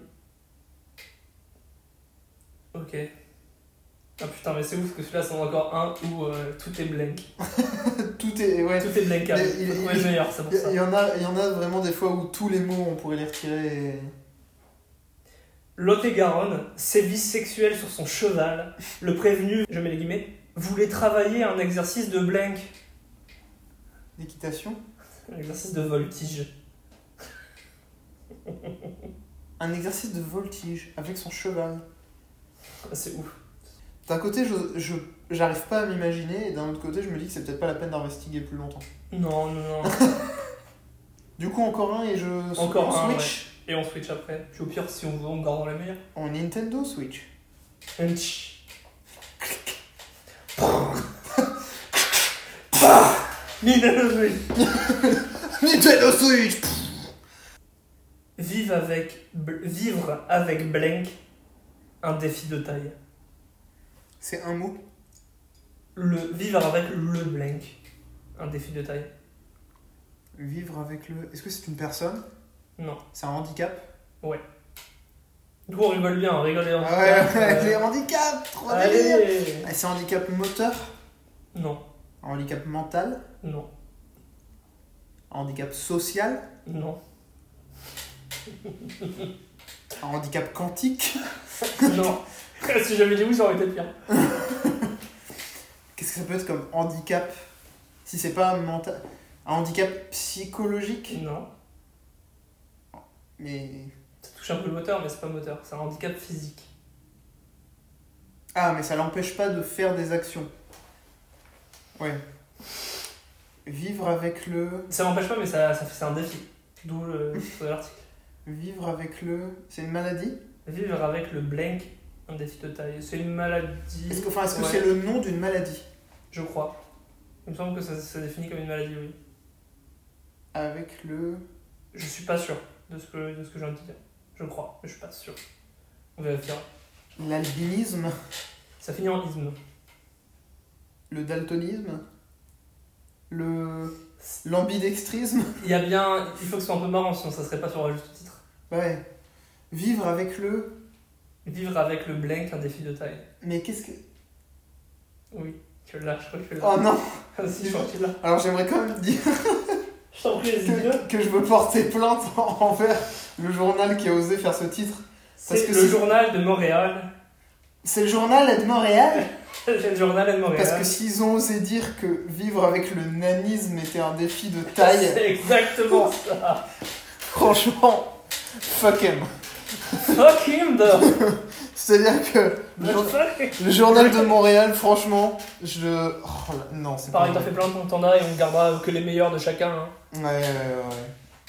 Ok. Ah putain, mais c'est ouf que celui-là, c'est encore un où euh, tout est blank. Tout est... Ouais. Tout est blank. Mais il- Faut il- trouver le meilleur, c'est pour Il ça. y, y en a, il y en a vraiment des fois où tous les mots, on pourrait les retirer. Et... Lot-et-Garonne, sévice sexuel sur son cheval. Le prévenu, je mets les guillemets, voulait travailler un exercice de blank. D'équitation. Un exercice de voltige. Un exercice de voltige avec son cheval. Ah, c'est ouf. D'un côté, je, je, j'arrive pas à m'imaginer, et d'un autre côté, je me dis que c'est peut-être pas la peine d'investiguer plus longtemps. Non, non, non. Du coup, encore un et je Encore on un, switch Et on switch après. Puis au pire, si on veut, on garde dans la meilleure. en Nintendo Switch. Tch. Nintendo Switch. Nintendo Switch. Vivre avec, bl- vivre avec blank, un défi de taille. C'est un mot. Le, vivre avec le blank, un défi de taille. Vivre avec le... Est-ce que c'est une personne? Non. C'est un handicap? Du coup, on rigole bien, on rigole les Ah ouais, handicaps, ouais, euh, les handicaps, trop délire. Allez. Ah, c'est un handicap moteur? Non, Un handicap mental? non, Un handicap social? non, Un handicap quantique? non. Si j'avais dit oui, ça aurait été pire. Qu'est-ce que ça peut être comme handicap? Si c'est pas mental... Un handicap psychologique? Non. Mais... Ça touche un peu le moteur, mais c'est pas moteur, c'est un handicap physique. Ah, mais ça l'empêche pas de faire des actions. Ouais. Vivre avec le... Ça m'empêche pas, mais ça, ça fait, c'est un défi. D'où le titre de l'article. Vivre avec le... C'est une maladie? Vivre avec le blank, un défi de taille. C'est une maladie. Est-ce que, enfin, est-ce que Ouais, c'est le nom d'une maladie? Je crois. Il me semble que ça se définit comme une maladie, oui. Avec le... Je suis pas sûr de ce que, de ce que je viens de dire. Je crois, mais je suis pas sûr. On vérifiera. L'albinisme? Ça finit en isme. Le daltonisme? Le... L'ambidextrisme? Il y a bien. Il faut que ce soit un peu marrant, sinon ça serait pas sur le juste titre. Ouais. Vivre avec le... Vivre avec le blank, un défi de taille. Mais qu'est-ce que... Oui, tu l'as, je crois que tu l'as. Oh non! Ah si, je crois que tu l'as. Alors j'aimerais quand même dire Je t'en prie, vas-y, dis-le. que, que je veux porter plainte envers le journal qui a osé faire ce titre. Parce C'est que le c'est- journal de Montréal. C'est le journal de Montréal? C'est le journal de Montréal. Parce que s'ils ont osé dire que vivre avec le nanisme était un défi de taille, C'est exactement ça. franchement, fuck him. Fuck him, though. C'est-à-dire que le, jour- Fuck. le journal de Montréal, franchement, je... Oh là, non, c'est pas Pareil, t'en vrai. fais plein de t'en as et on gardera que les meilleurs de chacun. Hein. Ouais, ouais, ouais.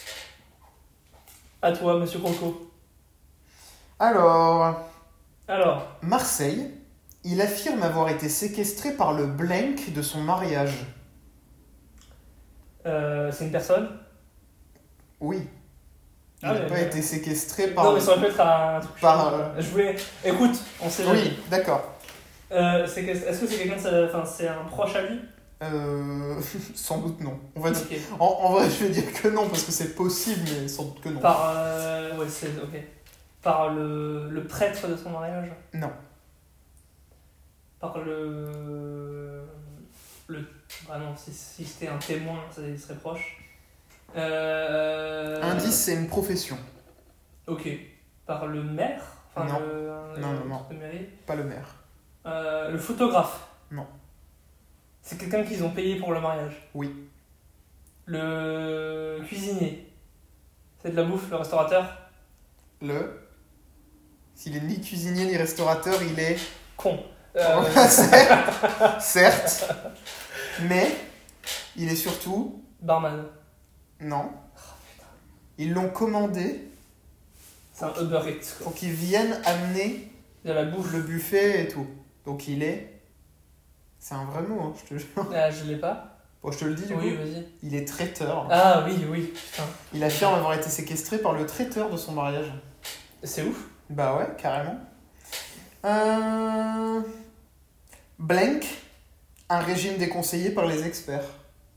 À toi, monsieur Croco. Alors, Alors, Marseille, il affirme avoir été séquestré par le blank de son mariage. euh, c'est une personne. Oui. Il Ah, n'a mais- pas mais- été séquestré par... Non, mais ça aurait pu être un truc. Par, chiant. euh, Je voulais. Écoute, on sait jamais. Oui, d'accord. Euh, c'est que- Est-ce que c'est quelqu'un de sa- Enfin, c'est un proche à lui? Euh, sans doute non. On va dire... Ok. en, en vrai, je vais dire que non, parce que c'est possible, mais sans doute que non. Par. Euh... Ouais, c'est. Ok. Par le... le prêtre de son mariage? Non. Par le. Le. Ah non, si, si c'était un témoin, ça il serait proche. Euh... Indice, c'est une profession. Ok. Par le maire? Enfin, Non. Le... un- Non, le non, non. truc de mairie. Pas le maire. Euh, le photographe? Non. C'est quelqu'un qu'ils ont payé pour le mariage? Oui. Le cuisinier? C'est de la bouffe, le restaurateur? Le... S'il est ni cuisinier ni restaurateur, il est... Con. Euh, certes, certes, mais il est surtout... barman. Non. Ils l'ont commandé C'est un Uber Eats, quoi. pour qu'ils viennent amener De la bouffe. le buffet et tout. Donc il est... C'est un vrai mot, hein, je te jure. Ah, je l'ai pas. Bon, je te le dis du Oui, coup. vas-y. Il est traiteur. Ah oui, oui. Putain. Il affirme avoir été séquestré par le traiteur de son mariage. C'est ouf. Bah ouais, carrément. Euh... Blank, un régime déconseillé par les experts.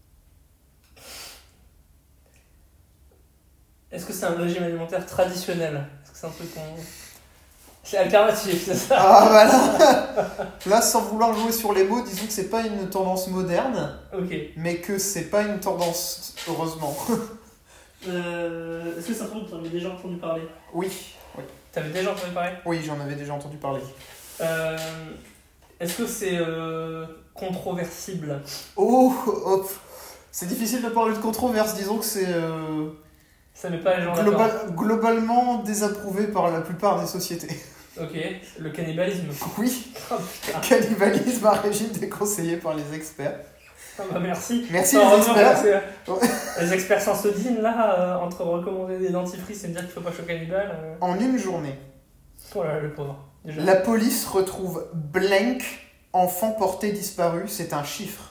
Est-ce que c'est un régime alimentaire traditionnel? Est-ce que c'est un truc qu'on... C'est alternatif, c'est ça? Ah bah là, là, sans vouloir jouer sur les mots, disons que c'est pas une tendance moderne, Ok. mais que c'est pas une tendance, heureusement. Euh, Est-ce que c'est un truc dont t'avais déjà entendu parler? Oui, T'avais déjà entendu parler? oui, j'en avais déjà entendu parler. Euh, Est-ce que c'est euh, controversible? Oh, hop. C'est difficile de parler de controverse, disons que c'est euh, Ça met pas les gens d'accord. global- globalement désapprouvé par la plupart des sociétés. Ok. Le cannibalisme. Oui, Oh putain. cannibalisme, un régime déconseillé par les experts. Ah bah merci. Merci Non, les non, experts. parce que Les experts Sansodine, là, euh, entre recommander des dentifrices et me dire qu'il faut pas choquer cannibale. Euh... En une journée, Voilà, le pauvre. Déjà. la police retrouve blank enfant porté disparu, c'est un chiffre.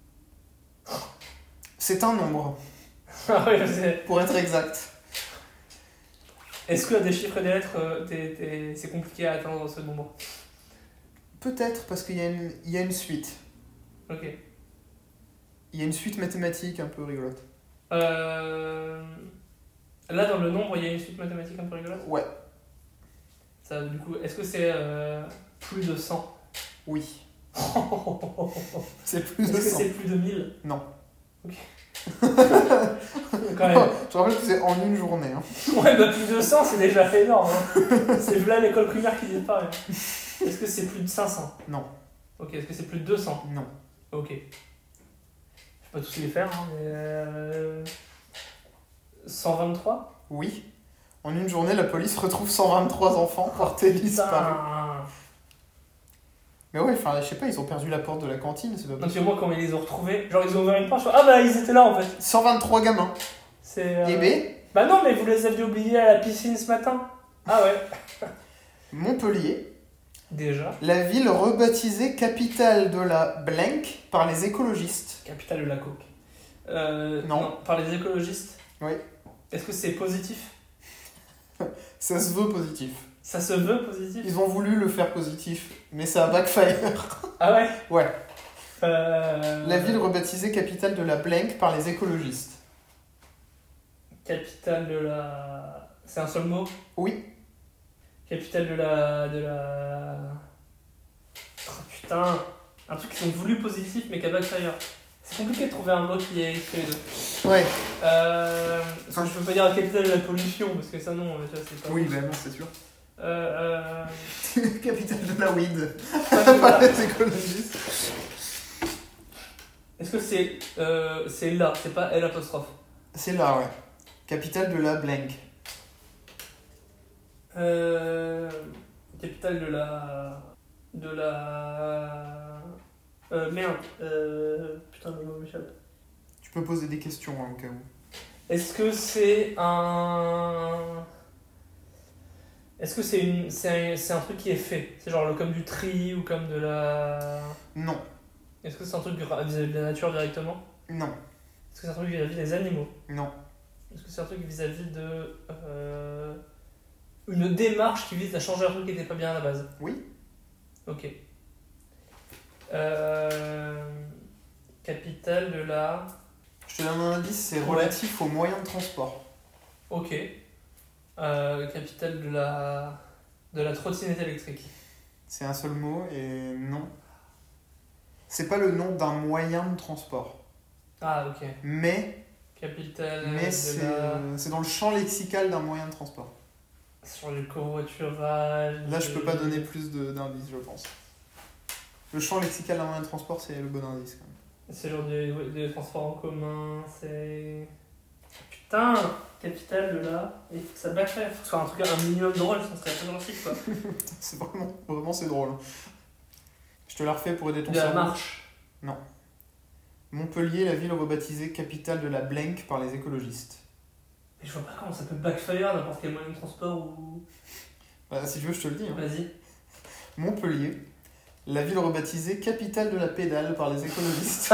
C'est un nombre, Ah oui, je sais. pour être exact. Est-ce que des chiffres et des lettres, euh, t'es- t'es- c'est compliqué à atteindre ce nombre? Peut-être parce qu'il y a une, il y a une suite. Ok. Il y a une suite mathématique un peu rigolote. Euh... Là, dans le nombre, il y a une suite mathématique un peu rigolote. Ouais, Ça, du coup, est-ce que c'est euh, plus de cent? oui. Est-ce C'est plus de que cent. c'est plus de mille? Non. Ok. Quand même. Je te rappelle que c'est en une journée. Hein. Ouais, bah plus de cent, c'est déjà énorme. Hein. C'est là l'école primaire qui disparaît. Est-ce que c'est plus de cinq cents? Non. Ok, est-ce que c'est plus de deux cents? Non. Ok. Je vais pas tous les faire, hein, mais... Euh... cent vingt-trois? Oui. En une journée, la police retrouve cent vingt-trois enfants portés disparus. Putain. Mais ouais, enfin, je sais pas, ils ont perdu la porte de la cantine, c'est pas Donc possible. moi, quand ils les ont retrouvés, genre ils ont ouvert une porte, je fais, ah bah ils étaient là en fait. cent vingt-trois gamins. C'est... euh, Et B, Bah non, mais vous les aviez oubliés à la piscine ce matin. Ah ouais. Montpellier, Déjà. la ville rebaptisée capitale de la blank par les écologistes. Capitale de la coke. Euh, Non. Par les écologistes. Oui. Est-ce que c'est positif? Ça se veut positif. Ça se veut positif? Ils ont voulu le faire positif, mais ça a backfire. Ah ouais. Ouais. Euh... La ville rebaptisée capitale de la blank par les écologistes. Capitale de la... C'est un seul mot? Oui. Capitale de la... de la... Oh, putain. Un truc qu'ils ont voulu positif mais qui a backfire. C'est compliqué de trouver un mot qui est écrit les deux. Ouais. Euh... Parce que je peux pas dire la capitale de la pollution parce que ça non, ça c'est pas... Oui, bah non, c'est sûr. Euh... euh... Capitale de la weed ouais, par voilà. les écologistes. Est-ce que c'est euh, c'est là, c'est pas L apostrophe? C'est là, ouais. Capitale de la blank. Euh, capitale de la... De la... Euh, merde. Euh, putain, le mot m'échappe. Tu peux poser des questions hein, au cas où. Est-ce que c'est un... Est-ce que c'est une... c'est un... c'est un truc qui est fait? C'est genre le, comme du tri ou comme de la... Non. Est-ce que c'est un truc vis-à-vis de la nature directement? Non. Est-ce que c'est un truc vis-à-vis des animaux? Non. Est-ce que c'est un truc vis-à-vis de... Euh, une démarche qui vise à changer un truc qui n'était pas bien à la base? Oui. Ok. Euh, capitale de la... Je te donne un indice, c'est relatif aux moyens de transport. Ok. Euh, capitale de la... de la trottinette électrique. C'est un seul mot et non. C'est pas le nom d'un moyen de transport. Ah, ok. Mais, Capitale mais de c'est, la... euh, c'est dans le champ lexical d'un moyen de transport. Sur le covoiturage... Là, je peux pas donner plus de, d'indices, je pense. Le champ lexical d'un moyen de transport, c'est le bon indice quand même. C'est genre des, des transports en commun, c'est... Putain, capitale de la... Il faut que ça backfire, faut que ce soit un truc, un minimum drôle, ça serait très drôle, quoi. C'est vraiment, vraiment c'est drôle. Je te la refais pour aider ton De la cerveau. marche. Montpellier, la ville rebaptisée capitale de la blank par les écologistes. Mais je vois pas comment ça peut backfire n'importe quel moyen de transport ou... Bah, si tu veux, je te le dis. Hein. Vas-y. Montpellier, la ville rebaptisée capitale de la pédale par les écologistes.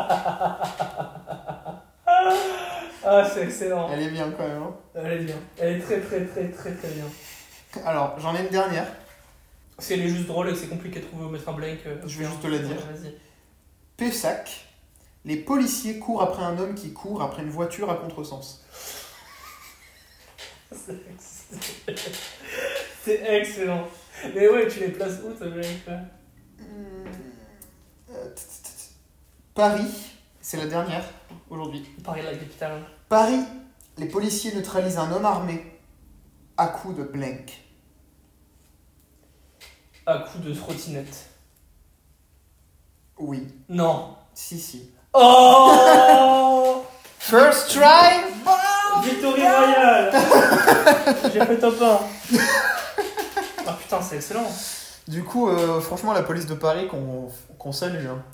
Ah, c'est excellent. Elle est bien quand même. Hein. Elle est bien. Elle est très très très très très bien. Alors, j'en ai une dernière. Si elle est juste drôle et que c'est compliqué de trouver ou mettre un blank... euh, Je vais ok, juste te la ouais, dire. Vas-y. Pessac, les policiers courent après un homme qui court après une voiture à contresens. C'est excellent. C'est excellent. Mais ouais, tu les places où, ta blank là? Euh, t- t- t- Paris, c'est la dernière aujourd'hui. Paris, la capitale. Paris, les policiers neutralisent un homme armé à coups de blank. À coup de trottinette. Oui, Non. si, si. Oh First try. Victory Royale. J'ai fait top un. Ah putain, c'est excellent. Du coup, euh, franchement, la police de Paris qu'on, qu'on salue. Hein.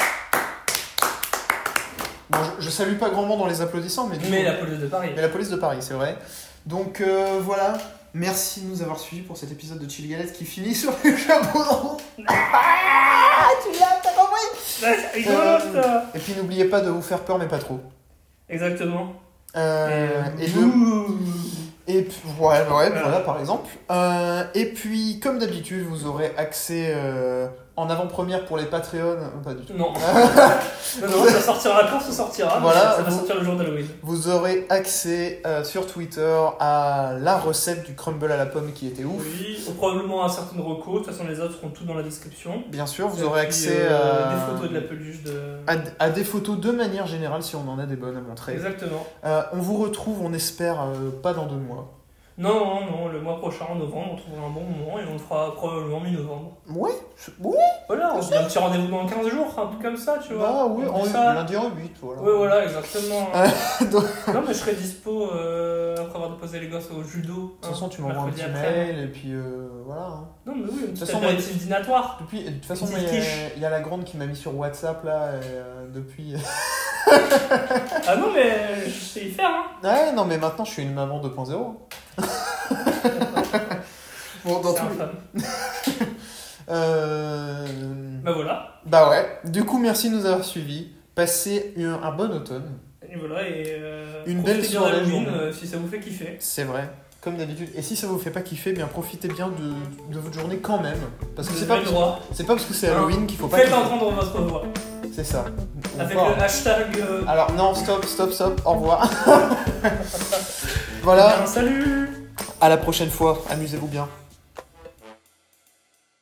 Bon, je, je salue pas grand monde dans les applaudissants, mais du Mais coup- la police de Paris. Mais la police de Paris, c'est vrai. Donc euh, voilà, merci de nous avoir suivis pour cet épisode de Chill Galette qui finit sur le chapeau de roue. Ah, tu l'as, t'as compris. Ah, c'est rigolo, Euh, ça. Et puis n'oubliez pas de vous faire peur, mais pas trop. Exactement. Euh, et de... Ouh. Et puis, ouais, ouais, voilà. voilà, par exemple. Euh, et puis, comme d'habitude, vous aurez accès euh, en avant-première pour les Patreons. Euh, Pas du tout. Non. non, non, ça sortira quand ça sortira. mais Voilà, ça va vous- sortir le jour d'Halloween. Vous aurez accès euh, sur Twitter à la recette du crumble à la pomme qui était ouf. Oui, ou probablement à certaines recos. De toute façon, les autres seront tout dans la description. Bien sûr, vous Et aurez puis, accès euh, à... des photos de la peluche de. à, à des photos de manière générale si on en a des bonnes à montrer. Exactement. Euh, on vous retrouve, on espère, euh, pas dans deux mois. Non, non, non, le mois prochain, en novembre, on trouvera un bon moment et on le fera probablement mi-novembre. Ouais, je- ouais. Voilà, on se dit un petit rendez-vous dans quinze jours, un truc comme ça, tu vois. Bah oui, On en dit ça. lundi en huit, voilà. Ouais, voilà, exactement. Euh, donc- Non, mais je serai dispo euh, après avoir déposé les gosses au judo. De toute façon, tu m'envoies un petit après. mail et puis euh, voilà. hein. Non, mais oui, une petite façon, moi, apéritif dînatoire. Depuis, de toute façon, Une moi, il y, petite a- quiche. il y a la grande qui m'a mis sur WhatsApp là, et, euh, depuis. Ah non, mais je sais y faire, hein. Ouais, non, mais maintenant je suis une maman deux point zéro. Bon, dans C'est tous infâme. Euh... Bah voilà. Bah ouais. Du coup, merci de nous avoir suivis. Passez un, un bon automne. Et voilà, et. Euh, Une profitez belle bien soirée, d'Halloween, journée. euh, si ça vous fait kiffer. C'est vrai. Comme d'habitude. Et si ça vous fait pas kiffer, bien profitez bien de, de votre journée quand même. Parce que Vous c'est avez pas, le parce- droit. c'est pas parce que c'est Halloween qu'il faut pas Faites kiffer. entendre votre voix. C'est ça. Au Avec revoir. le hashtag. Euh... Alors non, stop, stop, stop. Au revoir. Voilà. Bien, salut. À la prochaine fois. Amusez-vous bien.